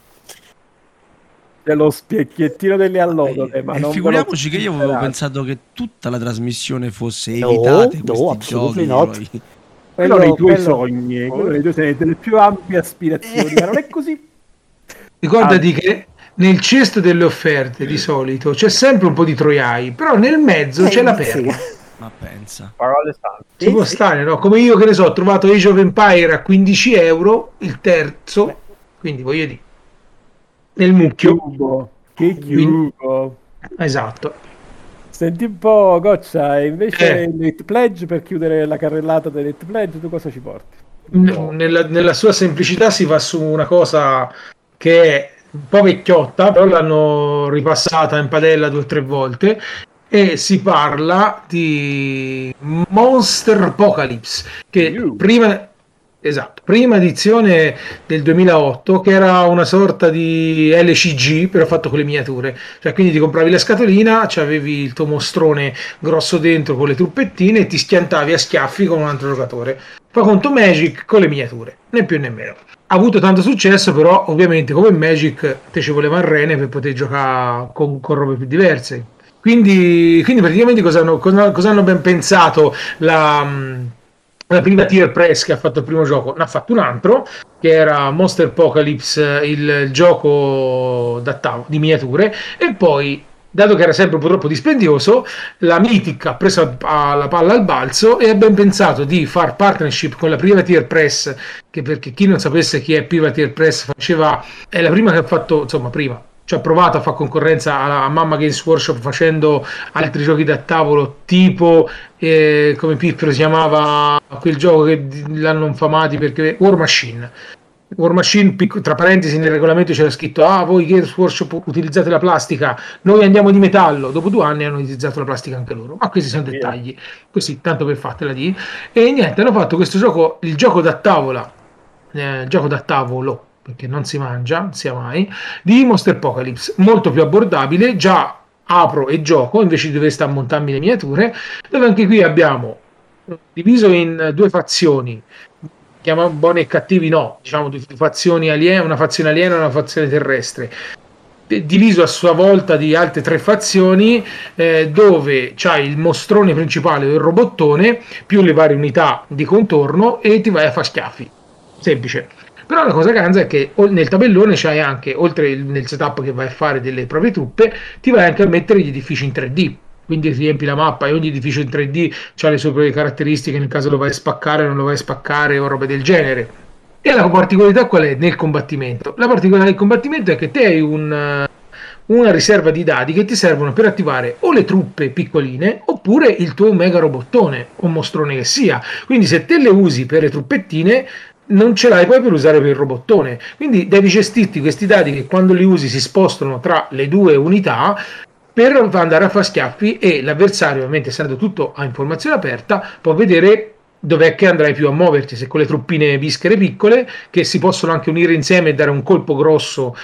C'è lo specchiettino delle allodole, ma e non ve lo figuriamoci che io avevo sperate. pensato che tutta la trasmissione fosse No, evitate no, questi absolutely giochi. not. eroi. Quello nei tuoi quello- sogni, quello nei tuoi sogni, delle più ampie aspirazioni, ma non è così. Ricordati Ah. che nel cesto delle offerte di solito c'è sempre un po' di troiai, però nel mezzo Eh, c'è la sì. perla. Ma pensa. Parole sante. Si può sì. stare, no? Come io che ne so, ho trovato Age of Empire a quindici euro, il terzo, quindi voglio dire, nel mucchio. Cubo, che chiubo. Esatto. Senti un po', Goccia, e invece Eh. il Net Pledge, per chiudere la carrellata del Net Pledge, tu cosa ci porti? N- Nella, nella sua semplicità si va su una cosa che è un po' vecchiotta, però l'hanno ripassata in padella due o tre volte, e si parla di Monster Apocalypse, che Yu. prima, esatto, prima edizione del duemilaotto, che era una sorta di L C G però fatto con le miniature, cioè quindi ti compravi la scatolina, c'avevi il tuo mostrone grosso dentro con le truppettine e ti schiantavi a schiaffi con un altro giocatore. Poi conto Magic con le miniature, né più né meno. Ha avuto tanto successo, però ovviamente come Magic te ci voleva il rene per poter giocare con, con robe più diverse. Quindi, quindi praticamente cosa hanno, cosa, cosa hanno ben pensato la, mh, la prima tier press che ha fatto il primo gioco? Ne ha fatto un altro, che era Monster Apocalypse, il, il gioco da tavolo, di miniature, e poi, dato che era sempre un po' troppo dispendioso, la Mythic ha preso la palla al balzo e ha ben pensato di far partnership con la prima tier press, che perché chi non sapesse chi è prima tier press faceva, è la prima che ha fatto, insomma prima, cioè ha provato a fare concorrenza alla, a Mamma Games Workshop facendo altri giochi da tavolo tipo eh, come Pippero si chiamava quel gioco che l'hanno infamati perché War Machine. War Machine, pic- tra parentesi nel regolamento c'era scritto ah voi Games Workshop utilizzate la plastica, noi andiamo di metallo. Dopo due anni hanno utilizzato la plastica anche loro, ma questi sono dettagli, così tanto per fartela di. E niente, hanno fatto questo gioco, il gioco da tavola eh, gioco da tavolo, perché non si mangia sia mai, di Monster Apocalypse, molto più abbordabile. Già apro e gioco invece di dover stare a montarmi le miniature, dove anche qui abbiamo diviso in due fazioni, chiama buoni e cattivi, no, diciamo due fazioni aliene, una fazione aliena e una fazione terrestre, diviso a sua volta di altre tre fazioni, eh, dove c'hai il mostrone principale, il robottone, più le varie unità di contorno, e ti vai a fare schiaffi. Semplice. Però la cosa ganza è che nel tabellone c'hai anche, oltre il, nel setup che vai a fare delle proprie truppe, ti vai anche a mettere gli edifici in tre D. Quindi riempi la mappa e ogni edificio in tre D ha le sue proprie caratteristiche nel caso lo vai a spaccare o non lo vai a spaccare o roba del genere. E la particolarità qual è nel combattimento? La particolarità del combattimento è che te hai un, una riserva di dadi che ti servono per attivare o le truppe piccoline oppure il tuo mega robottone o mostrone che sia. Quindi se te le usi per le truppettine non ce l'hai poi per usare per il robottone, quindi devi gestirti questi dadi che quando li usi si spostano tra le due unità per andare a fare schiaffi, e l'avversario, ovviamente essendo tutto a informazione aperta, può vedere dov'è che andrai più a muoverti, se con le truppine vischere piccole che si possono anche unire insieme e dare un colpo grosso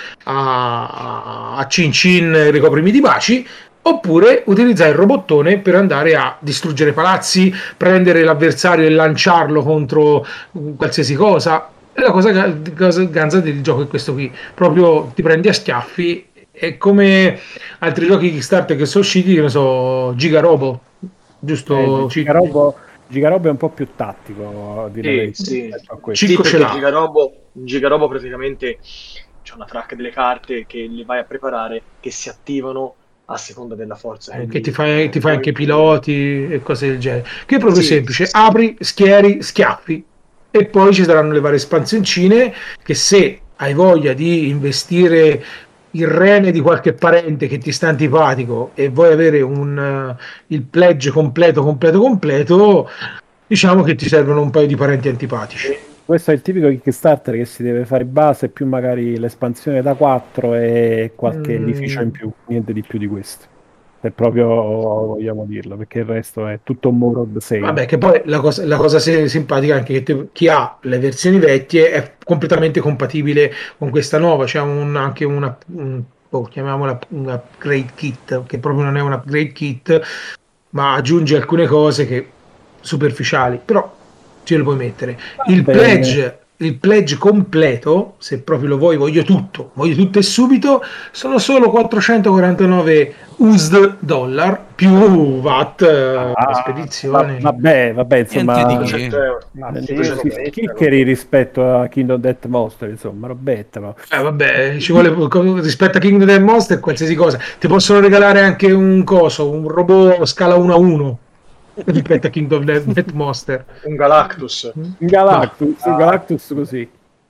a, a Cin Cin ricoprimi di baci, oppure utilizzare il robottone per andare a distruggere palazzi, prendere l'avversario e lanciarlo contro qualsiasi cosa. È la cosa, cosa ganza del gioco è questo qui, proprio ti prendi a schiaffi. È come altri giochi Kickstarter che sono usciti, che ne so, Giga Robo, giusto? Eh, Gigarobo, Gigarobo è un po' più tattico, a dire la verità, sì. rispetto a questo. Sì, Cicco ce perché l'ha. Gigarobo, Gigarobo praticamente c'è una track delle carte che le vai a preparare, che si attivano a seconda della forza Eh, che che li- ti fai, ti fai vuoi anche includere. piloti e cose del genere, che è proprio Sì, semplice: sì. apri, schieri, schiaffi, e poi ci saranno le varie espansioncine che, se hai voglia di investire il rene di qualche parente che ti sta antipatico e vuoi avere un, uh, il pledge completo completo completo, diciamo che ti servono un paio di parenti antipatici. Questo è il tipico Kickstarter che si deve fare base più magari l'espansione da quattro e qualche Mm. edificio in più, niente di più di questo. Se proprio vogliamo dirlo, perché il resto è tutto un Morod sei. Vabbè, che poi la cosa, la cosa se- simpatica è anche che te- chi ha le versioni vecchie è completamente compatibile con questa nuova. C'è un, anche una, un, oh, chiamiamola un upgrade kit, che proprio non è un upgrade kit, ma aggiunge alcune cose che superficiali, però ce le puoi mettere. Il bene. pledge, il pledge completo, se proprio lo vuoi, voglio tutto, voglio tutto e subito, sono solo quattrocentoquarantanove U S D dollar più V A T, eh, Ah, spedizione. va- vabbè, vabbè, insomma, Niente di che. duecento euro. Ma eh, sì, sì, vabbè, chiccheri rispetto a Kingdom Death Monster, insomma, robetta, ma... Eh, vabbè, ci vuole rispetto a Kingdom Death Monster qualsiasi cosa. Ti possono regalare anche un coso, un robot scala uno a uno rispetto a Kingdom Death Monster. Un Galactus. Un Galactus, un Ah. Galactus così.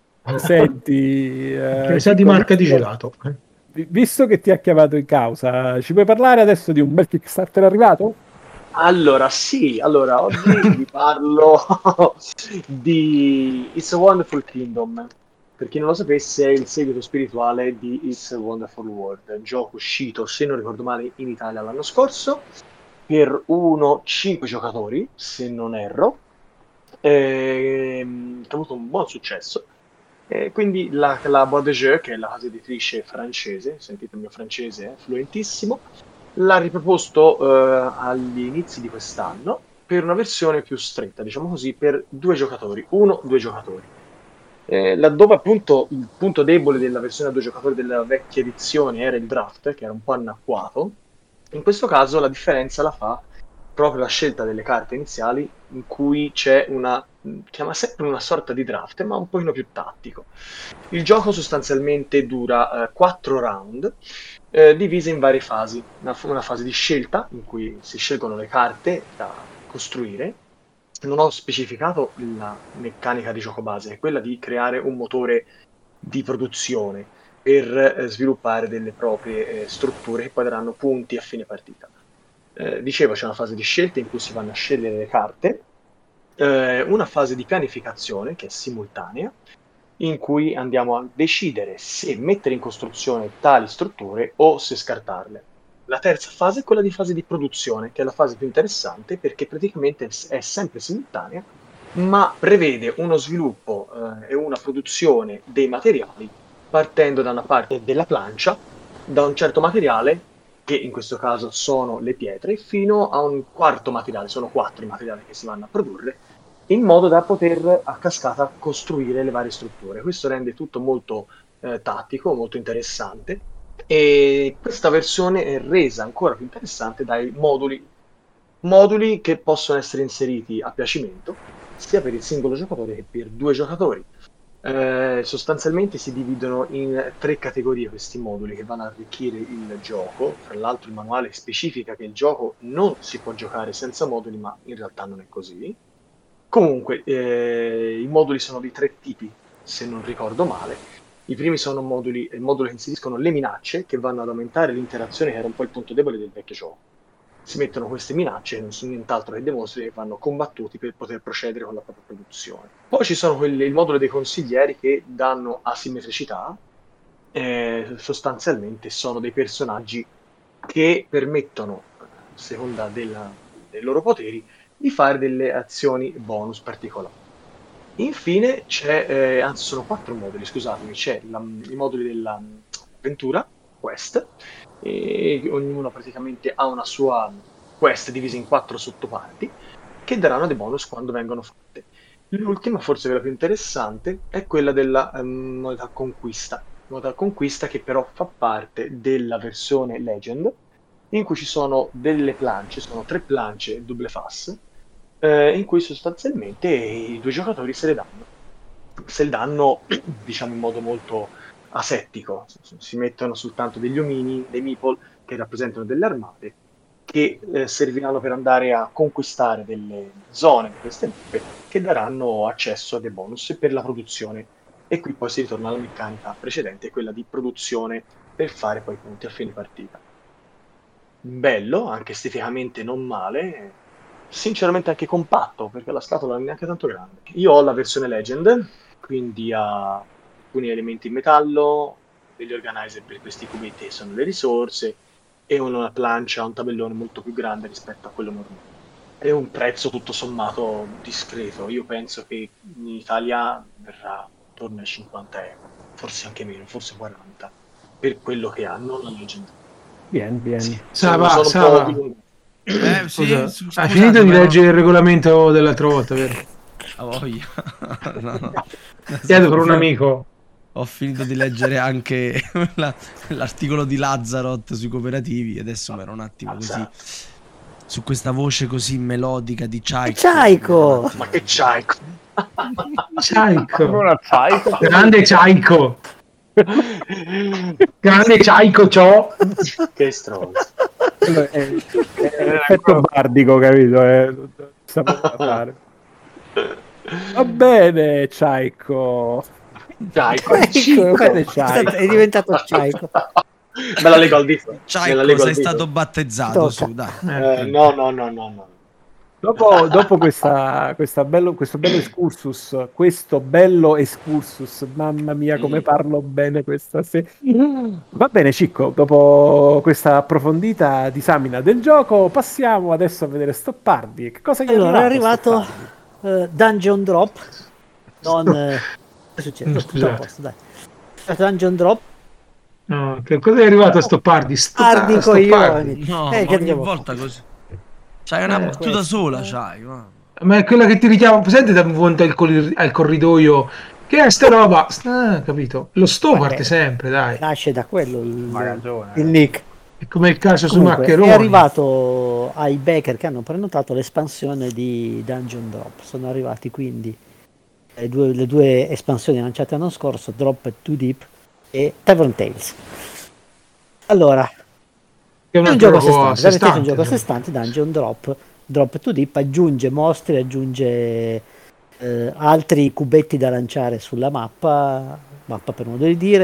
Senti, eh, Che sa di Chicco, marca di visto- gelato. vi- visto che ti ha chiamato in causa, ci puoi parlare adesso di un bel Kickstarter arrivato? Allora, sì, allora oggi vi parlo di It's a Wonderful Kingdom. Per chi non lo sapesse, è il seguito spirituale di It's a Wonderful World, gioco uscito, se non ricordo male, in Italia l'anno scorso, per uno cinque giocatori, se non erro, ehm, che ha avuto un buon successo. E quindi la, la Bois de Jeu, che è la casa editrice francese, sentite il mio francese, è fluentissimo, l'ha riproposto eh, agli inizi di quest'anno per una versione più stretta, diciamo così, per due giocatori, uno, due giocatori. Eh, laddove appunto il punto debole della versione a due giocatori della vecchia edizione era il draft, che era un po' anacquato, in questo caso la differenza la fa proprio la scelta delle carte iniziali, in cui c'è una, chiama sempre una sorta di draft, ma un pochino più tattico. Il gioco sostanzialmente dura quattro round, eh, divise in varie fasi. Una, una fase di scelta, in cui si scelgono le carte da costruire. Non ho specificato la meccanica di gioco base, è quella di creare un motore di produzione per eh, sviluppare delle proprie eh, strutture che poi daranno punti a fine partita. Eh, dicevo, c'è una fase di scelta in cui si vanno a scegliere le carte, eh, una fase di pianificazione che è simultanea, in cui andiamo a decidere se mettere in costruzione tali strutture o se scartarle. La terza fase è quella di fase di produzione, che è la fase più interessante perché praticamente è sempre simultanea, ma prevede uno sviluppo eh, e una produzione dei materiali partendo da una parte della plancia, da un certo materiale, che in questo caso sono le pietre, fino a un quarto materiale, sono quattro i materiali che si vanno a produrre, in modo da poter a cascata costruire le varie strutture. Questo rende tutto molto eh, tattico, molto interessante, e questa versione è resa ancora più interessante dai moduli, moduli che possono essere inseriti a piacimento, sia per il singolo giocatore che per due giocatori. Eh, sostanzialmente si dividono in tre categorie questi moduli che vanno a arricchire il gioco. Tra l'altro il manuale specifica che il gioco non si può giocare senza moduli, ma in realtà non è così. Comunque, eh, i moduli sono di tre tipi, se non ricordo male. I primi sono moduli, moduli che inseriscono le minacce che vanno ad aumentare l'interazione, che era un po' il punto debole del vecchio gioco. Si mettono queste minacce che non sono nient'altro che dei mostri che vanno combattuti per poter procedere con la propria produzione. Poi ci sono quelli, il modulo dei consiglieri che danno asimmetricità, eh, sostanzialmente sono dei personaggi che permettono, a seconda della, dei loro poteri, di fare delle azioni bonus particolari. Infine c'è, eh, anzi sono quattro moduli, scusatemi, c'è la- i moduli dell'avventura, quest, e ognuno praticamente ha una sua quest divisa in quattro sottoparti che daranno dei bonus quando vengono fatte. L'ultima, forse quella più interessante, è quella della ehm, modalità conquista, modalità conquista che però fa parte della versione Legend, in cui ci sono delle planche, sono tre planche double face, eh, in cui sostanzialmente i due giocatori se le danno. Se le danno, diciamo, in modo molto asettico. Si mettono soltanto degli omini, dei meeple, che rappresentano delle armate, che eh, serviranno per andare a conquistare delle zone di queste mappe, che daranno accesso a dei bonus per la produzione. E qui poi si ritorna alla meccanica precedente, quella di produzione per fare poi punti a fine partita. Bello, anche esteticamente non male, sinceramente anche compatto, perché la scatola non è neanche tanto grande. Io ho la versione Legend, quindi ha alcuni elementi in metallo, degli organizer per questi cubetti che sono le risorse, e una plancia, un tabellone molto più grande rispetto a quello normale. È un prezzo tutto sommato discreto, io penso che in Italia verrà attorno ai cinquanta euro, forse anche meno, forse quaranta, per quello che hanno la Legend. Bien, bien. Sì, Sava, sono, sono Sava. un po' dilungato. Eh, sì, Scusa, s- hai scusate, finito di però- leggere il regolamento dell'altra volta, vero? A voglia. No, no. Chiedo per un amico. Ho finito di leggere anche la- l'articolo di Lazzarot sui cooperativi e adesso mi ero un attimo così su questa voce così melodica di Chaiko. Chaiko! Ma che c'hai? Come Chaiko. una Chaiko. Grande Chaiko. Grande Chaiko, ciò. Che stronzo. Quello è, è l'effetto bardico, capito? È, sapevo da fare. Va bene, Chaiko. Chaiko, Chaiko, Fate è Chaiko. è diventato Chaiko. Me la leggo al dito. Me la Chaiko, leggo al sei dito. stato battezzato, Tocca. su, dai. Eh, no, no, no, no, no. Dopo, dopo questa, questa bello, questo bello excursus, questo bello excursus, mamma mia come parlo bene questa sera. Va bene Cicco, dopo questa approfondita disamina del gioco, passiamo adesso a vedere Stoppardi. Che cosa gli Allora, è è arrivato Stoppardi? eh, Dungeon Drop. Non... eh, che succede? No, Tutto a scusate. posto, dai. È arrivato Dungeon Drop. No, che cosa è arrivato a stoppardi? Sto, Ardi a stoppardi. coglioni. No, Eh, ma che ogni devo volta fare? così. C'hai una Eh, battuta questo, sola, eh. c'hai. Ma... Ma è quella che ti richiama, presente da monte al, col- al corridoio? Che è sta roba? Ah, capito. Lo sto Vabbè. parte sempre, dai. Nasce da quello il, Hai ragione. il nick. È come il calcio sui Comunque, maccheroni. è arrivato ai backer che hanno prenotato l'espansione di Dungeon Drop. Sono arrivati quindi le due, le due espansioni lanciate l'anno scorso, Drop e Too Deep e Tavern Tales. Allora, Che è un è un altro gioco a sé gioco a stante, sé avete detto un stante, gioco a sé insomma. stante, Dungeon Drop, Drop e Too Deep aggiunge mostri, aggiunge eh, altri cubetti da lanciare sulla mappa, mappa per modo di dire,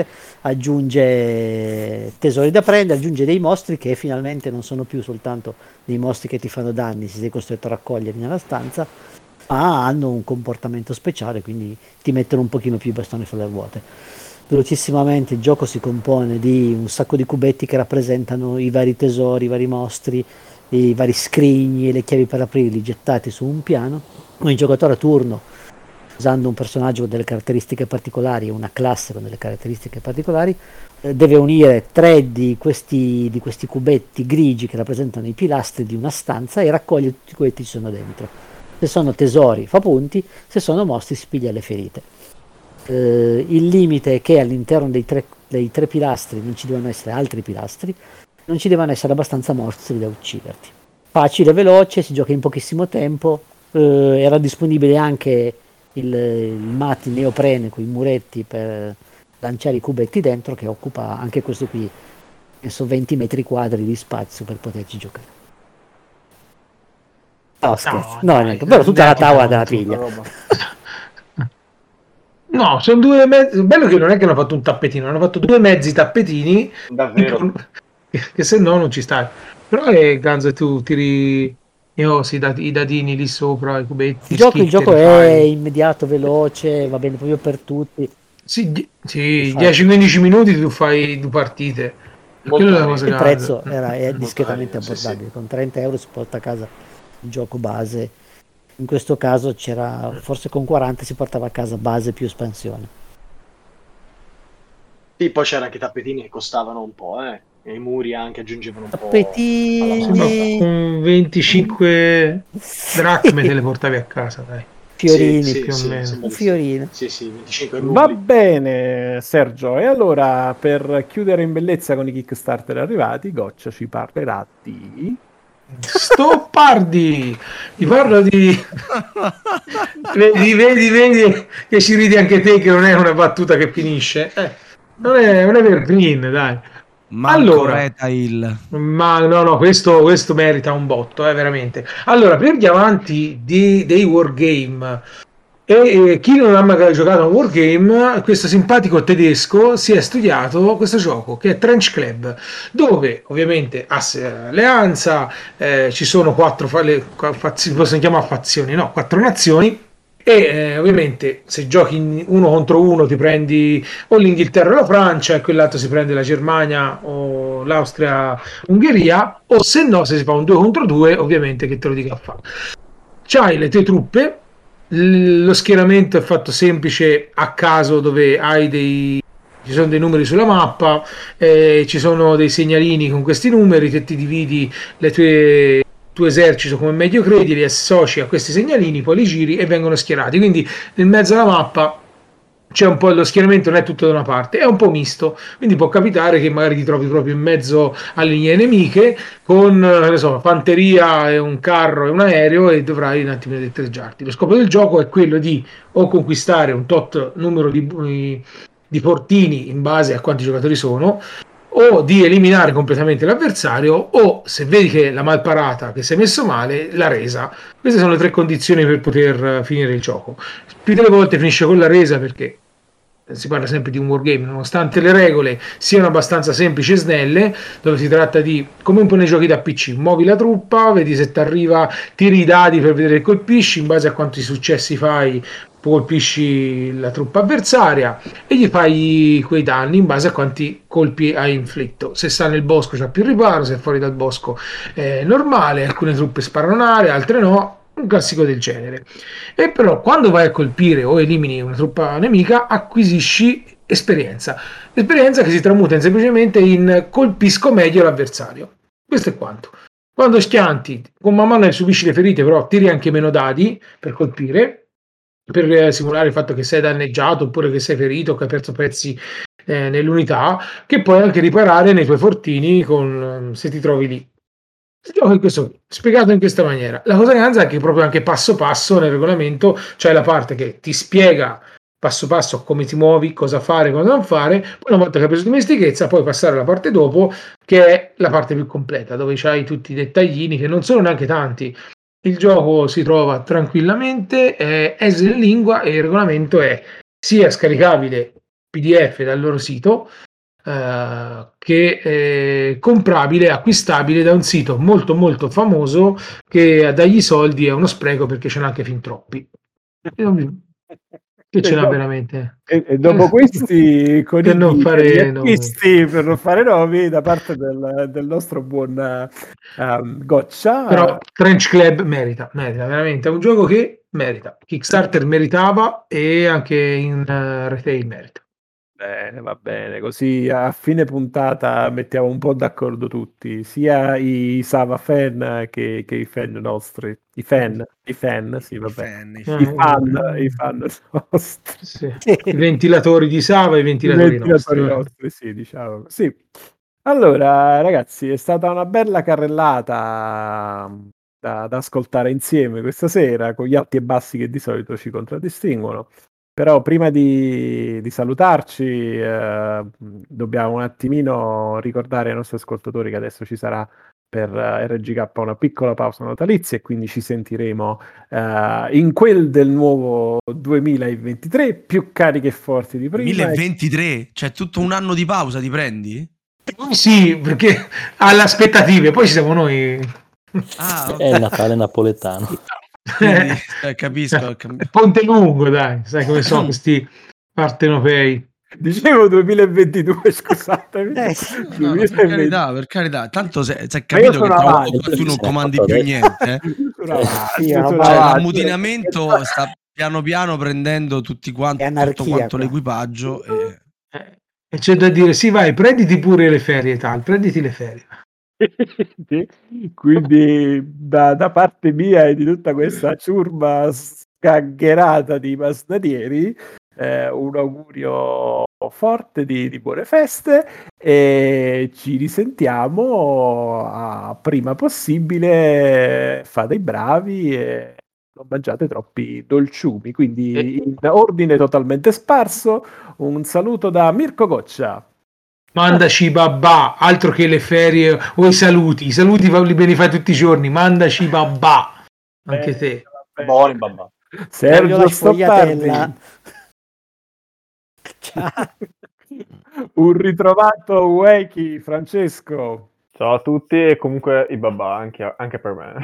aggiunge tesori da prendere, aggiunge dei mostri che finalmente non sono più soltanto dei mostri che ti fanno danni se sei costretto a raccoglierli nella stanza, ma hanno un comportamento speciale, quindi ti mettono un pochino più i bastoni fra le ruote. Velocissimamente il gioco si compone di un sacco di cubetti che rappresentano i vari tesori, i vari mostri, i vari scrigni e le chiavi per aprirli gettati su un piano. Ogni giocatore a turno, usando un personaggio con delle caratteristiche particolari e una classe con delle caratteristiche particolari, eh, deve unire tre di questi, di questi cubetti grigi che rappresentano i pilastri di una stanza e raccoglie tutti i cubetti che ci sono dentro. Se sono tesori fa punti, se sono mostri si piglia le ferite. Eh, il limite è che all'interno dei tre, dei tre pilastri non ci devono essere altri pilastri, non ci devono essere abbastanza mostri da ucciderti. Facile, veloce, si gioca in pochissimo tempo. Eh, era disponibile anche il, il mat in neoprene con i muretti per lanciare i cubetti dentro, che occupa anche questo qui, penso venti metri quadri di spazio per poterci giocare. No, scherzo, no, dai, neanche, però tutta la neanche tavola tanto. della piglia. Roba. No, sono due mezzi. Bello che non è che hanno fatto un tappetino, hanno fatto due mezzi tappetini. Davvero. Che, che se no non ci stai. Però è Ganzo, tu tiri io, sì, i, dad- i dadini lì sopra, i cubetti, Il gioco, il schitte, gioco le è fai. immediato, veloce, va bene proprio per tutti. Sì, die- sì, Fai. dieci quindici minuti tu fai due partite. E Molto quella è la carino. cosa Il grande. prezzo era, è Molto discretamente carino, sì, sì. abbordabile, con trenta euro si porta a casa il gioco base. In questo caso c'era, forse con quaranta si portava a casa base più espansione. Sì, poi c'erano anche i tappetini che costavano un po', eh. E i muri anche aggiungevano un po' alla Sì, ma Tappetini, con venticinque dracme te le portavi a casa, dai, Sì, fiorini, sì, più o sì, meno. sembra un di sì. fiorino. Sì, sì, venticinque Va rubli. bene, Sergio. E allora, per chiudere in bellezza con i Kickstarter arrivati, Goccia ci parlerà di... Stoppardi! Ti parlo di... vedi, vedi, vedi che ci ridi anche te che non è una battuta che finisce. Eh, non è un evergreen, dai. Marco Allora, Retail. ma no, no, questo, questo merita un botto, eh, veramente. Allora, per gli amanti di, dei wargame e eh, chi non ha magari giocato a un wargame, questo simpatico tedesco si è studiato questo gioco che è Trench Club, dove ovviamente asse- alleanza, eh, ci sono quattro fa- le, qua- fazi- possono chiamare fazioni, no, quattro nazioni. E eh, ovviamente se giochi in uno contro uno ti prendi o l'Inghilterra o la Francia e quell'altro si prende la Germania o l'Austria-Ungheria, o se no se si fa un due contro due ovviamente che te lo dica a fare. C'hai le tue truppe, l- lo schieramento è fatto semplice a caso dove hai dei... ci sono dei numeri sulla mappa, eh, ci sono dei segnalini con questi numeri che ti dividi le tue tuo esercito come meglio credi, li associ a questi segnalini, poi li giri e vengono schierati. Quindi nel mezzo alla mappa c'è un po' lo schieramento, non è tutto da una parte, è un po' misto. Quindi può capitare che magari ti trovi proprio in mezzo alle linee nemiche con ne so, fanteria e un carro e un aereo e dovrai un attimino destreggiarti. Lo scopo del gioco è quello di o conquistare un tot numero di, di portini in base a quanti giocatori sono, o di eliminare completamente l'avversario, o se vedi che la malparata, che si è messo male, la resa. Queste sono le tre condizioni per poter finire il gioco. Più delle volte finisce con la resa perché si parla sempre di un wargame, nonostante le regole siano abbastanza semplici e snelle, dove si tratta di, come un po' nei giochi da P C, muovi la truppa, vedi se ti arriva, tiri i dadi per vedere che colpisci, in base a quanti successi fai colpisci la truppa avversaria e gli fai quei danni in base a quanti colpi hai inflitto. Se sta nel bosco c'ha più riparo, se è fuori dal bosco è normale, alcune truppe sparano in aria, altre no, un classico del genere. E però quando vai a colpire o elimini una truppa nemica acquisisci esperienza, esperienza che si tramuta semplicemente in colpisco meglio l'avversario. Questo è quanto. Quando schianti, con man mano subisci le ferite, però tiri anche meno dadi per colpire, per simulare il fatto che sei danneggiato oppure che sei ferito o che hai perso pezzi eh, nell'unità, che puoi anche riparare nei tuoi fortini con, se ti trovi lì. Il gioco è questo, spiegato in questa maniera. La cosa grande è che proprio anche passo passo nel regolamento c'è la parte che ti spiega passo passo come ti muovi, cosa fare, cosa non fare, poi una volta che hai preso dimestichezza puoi passare alla parte dopo che è la parte più completa dove c'hai tutti i dettaglini che non sono neanche tanti. Il gioco si trova tranquillamente, è in lingua e il regolamento è sia scaricabile P D F dal loro sito eh, che è comprabile, acquistabile da un sito molto molto famoso che dagli soldi è uno spreco perché ce n'ha anche fin troppi. Che E ce n'ha dopo, veramente? e, e dopo questi Per non conigli per gli fare nomi. acquisti, per non fare nomi, da parte del, del nostro buon um, Goccia. Però Trench Club merita, merita veramente, è un gioco che merita. Kickstarter meritava e anche in uh, retail merita. Bene, va bene, così a fine puntata mettiamo un po' d'accordo tutti, sia i Sava fan che, che i fan nostri, i fan, i fan, sì, vabbè, fan, i i fan. fan, i fan nostri, Sì. I ventilatori di Sava e i i ventilatori, ventilatori nostri. nostri, sì, diciamo, sì. Allora, ragazzi, è stata una bella carrellata da, da ascoltare insieme questa sera, con gli alti e bassi che di solito ci contraddistinguono. Però prima di, di salutarci eh, dobbiamo un attimino ricordare ai nostri ascoltatori che adesso ci sarà per R G K una piccola pausa natalizia e quindi ci sentiremo uh, in quel del nuovo duemilaventitré più cariche e forti di prima. duemilaventitré? Cioè tutto un anno di pausa ti prendi? Sì, perché alle aspettative, poi ci siamo noi. Ah, È il Natale napoletano. quindi, eh, capisco. Cap- Ponte lungo, dai, sai come sono questi partenopei. Dicevo duemilaventidue, scusatemi. Eh, sì. No, no, per carità, per carità. Tanto si è capito che tra un po' tu non comandi più niente. Eh? Sì, cioè, avanti. l'ammutinamento sta piano piano prendendo tutti quanti, anarchia, tutto quanto qua. l'equipaggio. E... Eh, e c'è da dire, sì, vai, prenditi pure le ferie, tal, prenditi le ferie. Quindi da, da parte mia e di tutta questa ciurma scagherata di masnadieri, eh, un augurio forte di, di buone feste e ci risentiamo a prima possibile. Fate i bravi e non mangiate troppi dolciumi. Quindi in ordine totalmente sparso, un saluto da Mirko Goccia. Mandaci babà, altro che le ferie o i saluti. I saluti me li fai tutti i giorni. Mandaci babà, anche te. Buoni babà. Sergio Stoppardi. Ciao. Un ritrovato Weki, Francesco. Ciao a tutti e comunque i babà anche, anche per me.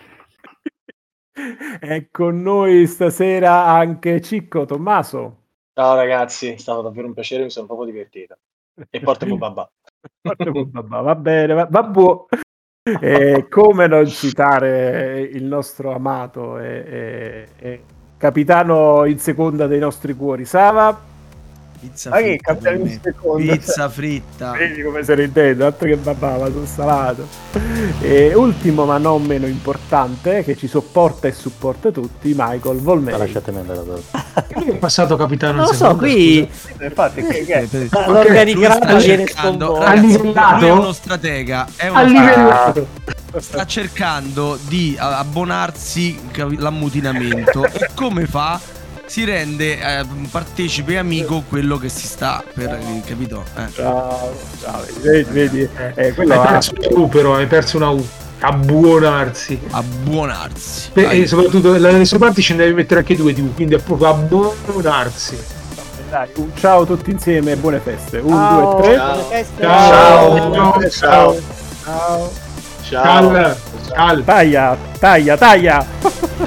È con noi stasera anche Cicco Tommaso. Ciao ragazzi, è stato davvero un piacere, mi sono proprio divertito. E portami babà. Portami babà, va bene, va, va buono. E come non citare il nostro amato e, e, e capitano in seconda dei nostri cuori, Sava? Pizza Ah, che fritta, capitano per in me. seconda, Pizza cioè. fritta. Vedi come se ne intende, altro che babà, ma sono salato. E ultimo ma non meno importante, che ci sopporta e supporta tutti, Michael Ma Volmeri. lasciatemi andare a dormire. Che è passato capitano Non in lo so, seconda, qui scusa? Infatti, che, che... Eh, l'organigramma lui sta viene cercando, sconvolto. ragazzi, Allivellato? lui è uno stratega, è uno Ha livellato. sta cercando di abbonarsi l'ammutinamento e come fa? Si rende eh, partecipe e amico quello che si sta per, capito? Eh. Ciao, ciao, vedi, vedi eh, quello Hai ha- perso una U, però hai perso una U. Abbonarsi. Abbonarsi. Beh, Vai. e soprattutto dalle sue parti ce ne devi mettere anche due di U, quindi è proprio abbonarsi. Dai, un ciao tutti insieme e buone feste. Un, Ciao, due, tre. buone feste. Ciao. Ciao. Ciao. Ciao. Ciao. Cal. Cal. Taglia, taglia, taglia.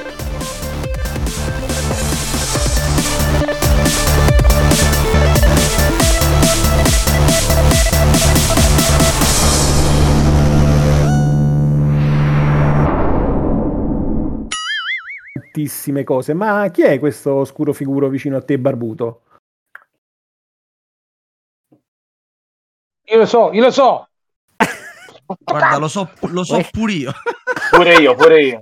Tantissime cose. Ma chi è questo oscuro figuro vicino a te, barbuto? Io lo so, io lo so. Guarda, lo so, lo so pure io. Pure io, pure io.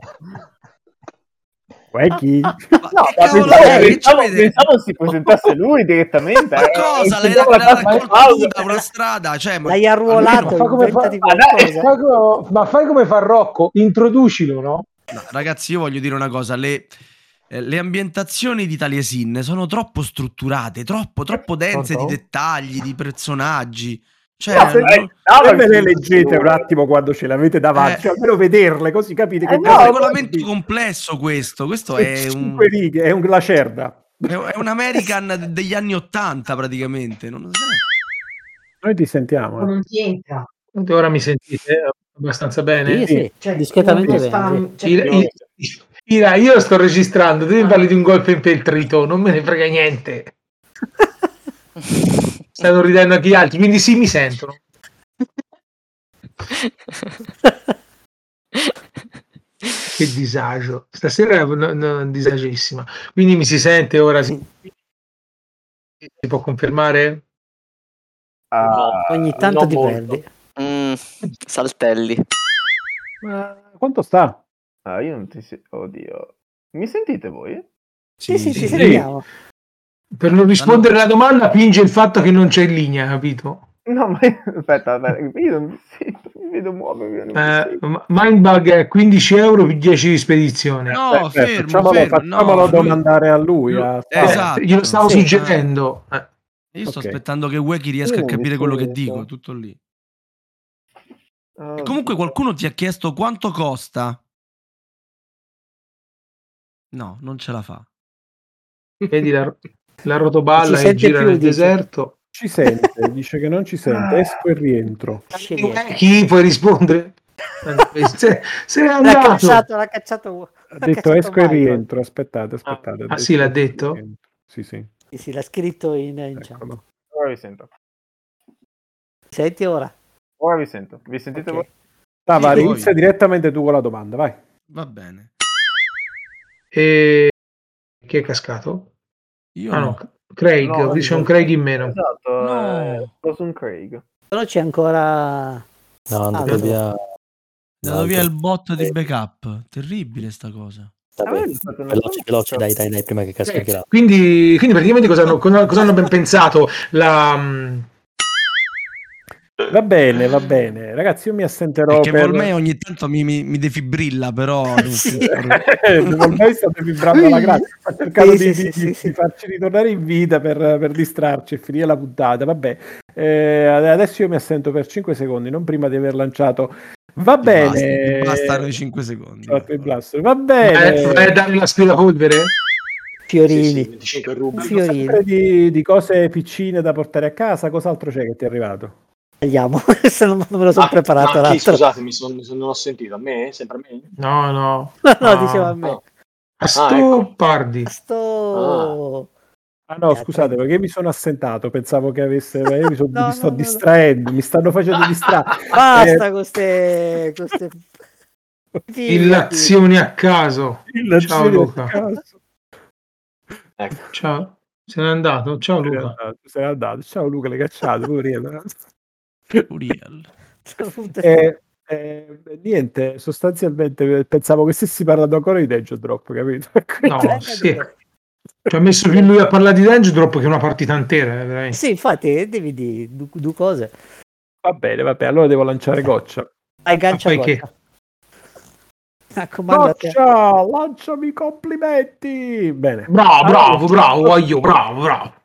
Weki? Ma No, che ma cavolo pensavo, è? Che ci pensavo, vede? pensavo si presentasse lui direttamente. Ma eh. cosa? L'hai, Pensavo l'hai la parte raccolto tu pausa. da una strada? Cioè, ma L'hai arruolato, Ma fa come fa- inventati Ma dai, qualcosa. Fai come- ma fai come fa Rocco, introducilo, no? No, ragazzi, io voglio dire una cosa, le, eh, le ambientazioni di Taliesin sono troppo strutturate, troppo, troppo dense di dettagli, di personaggi. Cioè, No, se- non- eh, no, Se me le perché- leggete un attimo quando ce l'avete davanti, Eh. almeno vederle, così capite che Eh, è no, un cosa- regolamento complesso questo, questo è un, cinque righe, è un lacerda. è è un American degli anni ottanta praticamente, non lo so. Noi ti sentiamo. eh. non ti entra. Ora mi sentite abbastanza bene? Sì, sì, Cioè, discretamente non bene. sta- cioè, Ira, Io- Ira, io sto registrando, tu mi parli di un golpe impeltrito, non me ne frega niente. Stanno ridendo anche gli altri, quindi sì, mi sentono. Che disagio. Stasera è no, no, disagissima. Quindi mi si sente ora? Si, si può confermare? Ah, Ogni tanto non ti molto. perdi. Mm, saltelli. Ma quanto sta? ah, io non ti si... Oddio. Mi sentite voi? Sì, sì, ci sì. sentiamo. Per non rispondere alla domanda, finge il fatto che non c'è in linea, capito? No, ma aspetta, aspetta, io non mi sento, mi vedo muovermi. io non mi Eh, sento. Mindbug è quinddici euro più dieci di spedizione. No, Aspetta, fermo, facciamolo, fermo. facciamolo No, lui- domandare a lui. a- Eh, Esatto. glielo stavo Sì. suggerendo. Eh. Io sto Ok. aspettando che Weki riesca Io a non mi capire quello che sento. dico, tutto lì. Oh, E comunque qualcuno ti ha chiesto quanto costa. No, non ce la fa. Vedi la, la Non rotoballa ci che sente gira più, nel dice. deserto. Ci sente, dice che non ci sente, esco e rientro. Sceriffo. Chi puoi rispondere? Se, se n'è L'ha andato. cacciato, l'ha cacciato. Ha l'ha detto cacciato esco e Michael. rientro, aspettate, aspettate. Ah, sì, l'ha esco e detto? rientro. Sì, sì, Sì, sì, l'ha scritto in, in chat. eccolo. Ora vi sento. Senti ora. Ora vi sento. Vi sentite Ok. voi? Dava, Sì, inizia voi. direttamente tu con la domanda, vai. Va bene. E chi è cascato? Io Ah no, no. Craig, No, c'è un esatto. Craig in meno. Esatto, No. è proprio un Craig. Però c'è ancora... No, è andato Altro. via. È andato via il bot di backup. Terribile sta cosa. Vabbè, Ah, è stato una veloce, cosa- veloce, dai, dai, dai, prima che casca anche Eh, l'altro. quindi, quindi praticamente cosa hanno, cosa, cosa hanno ben pensato? La, mm, Va bene, va bene. Ragazzi, io mi assenterò Perché per... Volmei ogni tanto mi, mi, mi defibrilla, però devo Sì. pensare- Volmei sta vibrando alla grande, sta cercando Sì, di, sì, di- sì, di- sì. di farci ritornare in vita per, per distrarci e finire la puntata. Vabbè, Eh, adesso io mi assento per cinque secondi, non prima di aver lanciato. Va Ti basta- bene. ti bastano i cinque secondi. Esatto, il blast. Va vai, bene. vai a dare l'aspirapolvere? Fiorini. Sì, sì, venticinque rubi. Un fiorino. Sempre di, di cose piccine da portare a casa, cos'altro c'è che ti è arrivato? Tagliamo. Se non, non me lo sono Ah, preparato. ma chi, l'altro. scusatemi, son- son- non ho sentito. A me? Sempre a me? No, no. No, no, Ah. diceva a me. No. A sto Ah, ecco. Pardi. Sto... Ah no, Eh, scusate, tre- perché mi sono assentato, pensavo che avesse... Io mi, sono- No, mi sto no, no, no. distraendo, mi stanno facendo distrarre. Basta con ste... con ste... Illazioni a caso. Il Ciao Luca. Cazzo. Ecco. Ciao. Se n'è andato. Ciao Se n'è Luca. andato, se n'è andato. Ciao Luca, l'hai cacciato, poverino. Uriel. Eh, eh, niente, sostanzialmente pensavo che stessi parlando ancora di Danger Drop, capito? No, sì. Ci ha messo più lui a parlare di Danger Drop che una partita intera, eh, veramente. Sì, infatti, devi dire due, due cose. Va bene, vabbè, allora devo lanciare goccia. Hai gancia Ma poi che? goccia. Raccomando a te. Goccia, lanciami i complimenti. Bene. Bravo, Allora, bravo, bravo, voglio, bravo, bravo.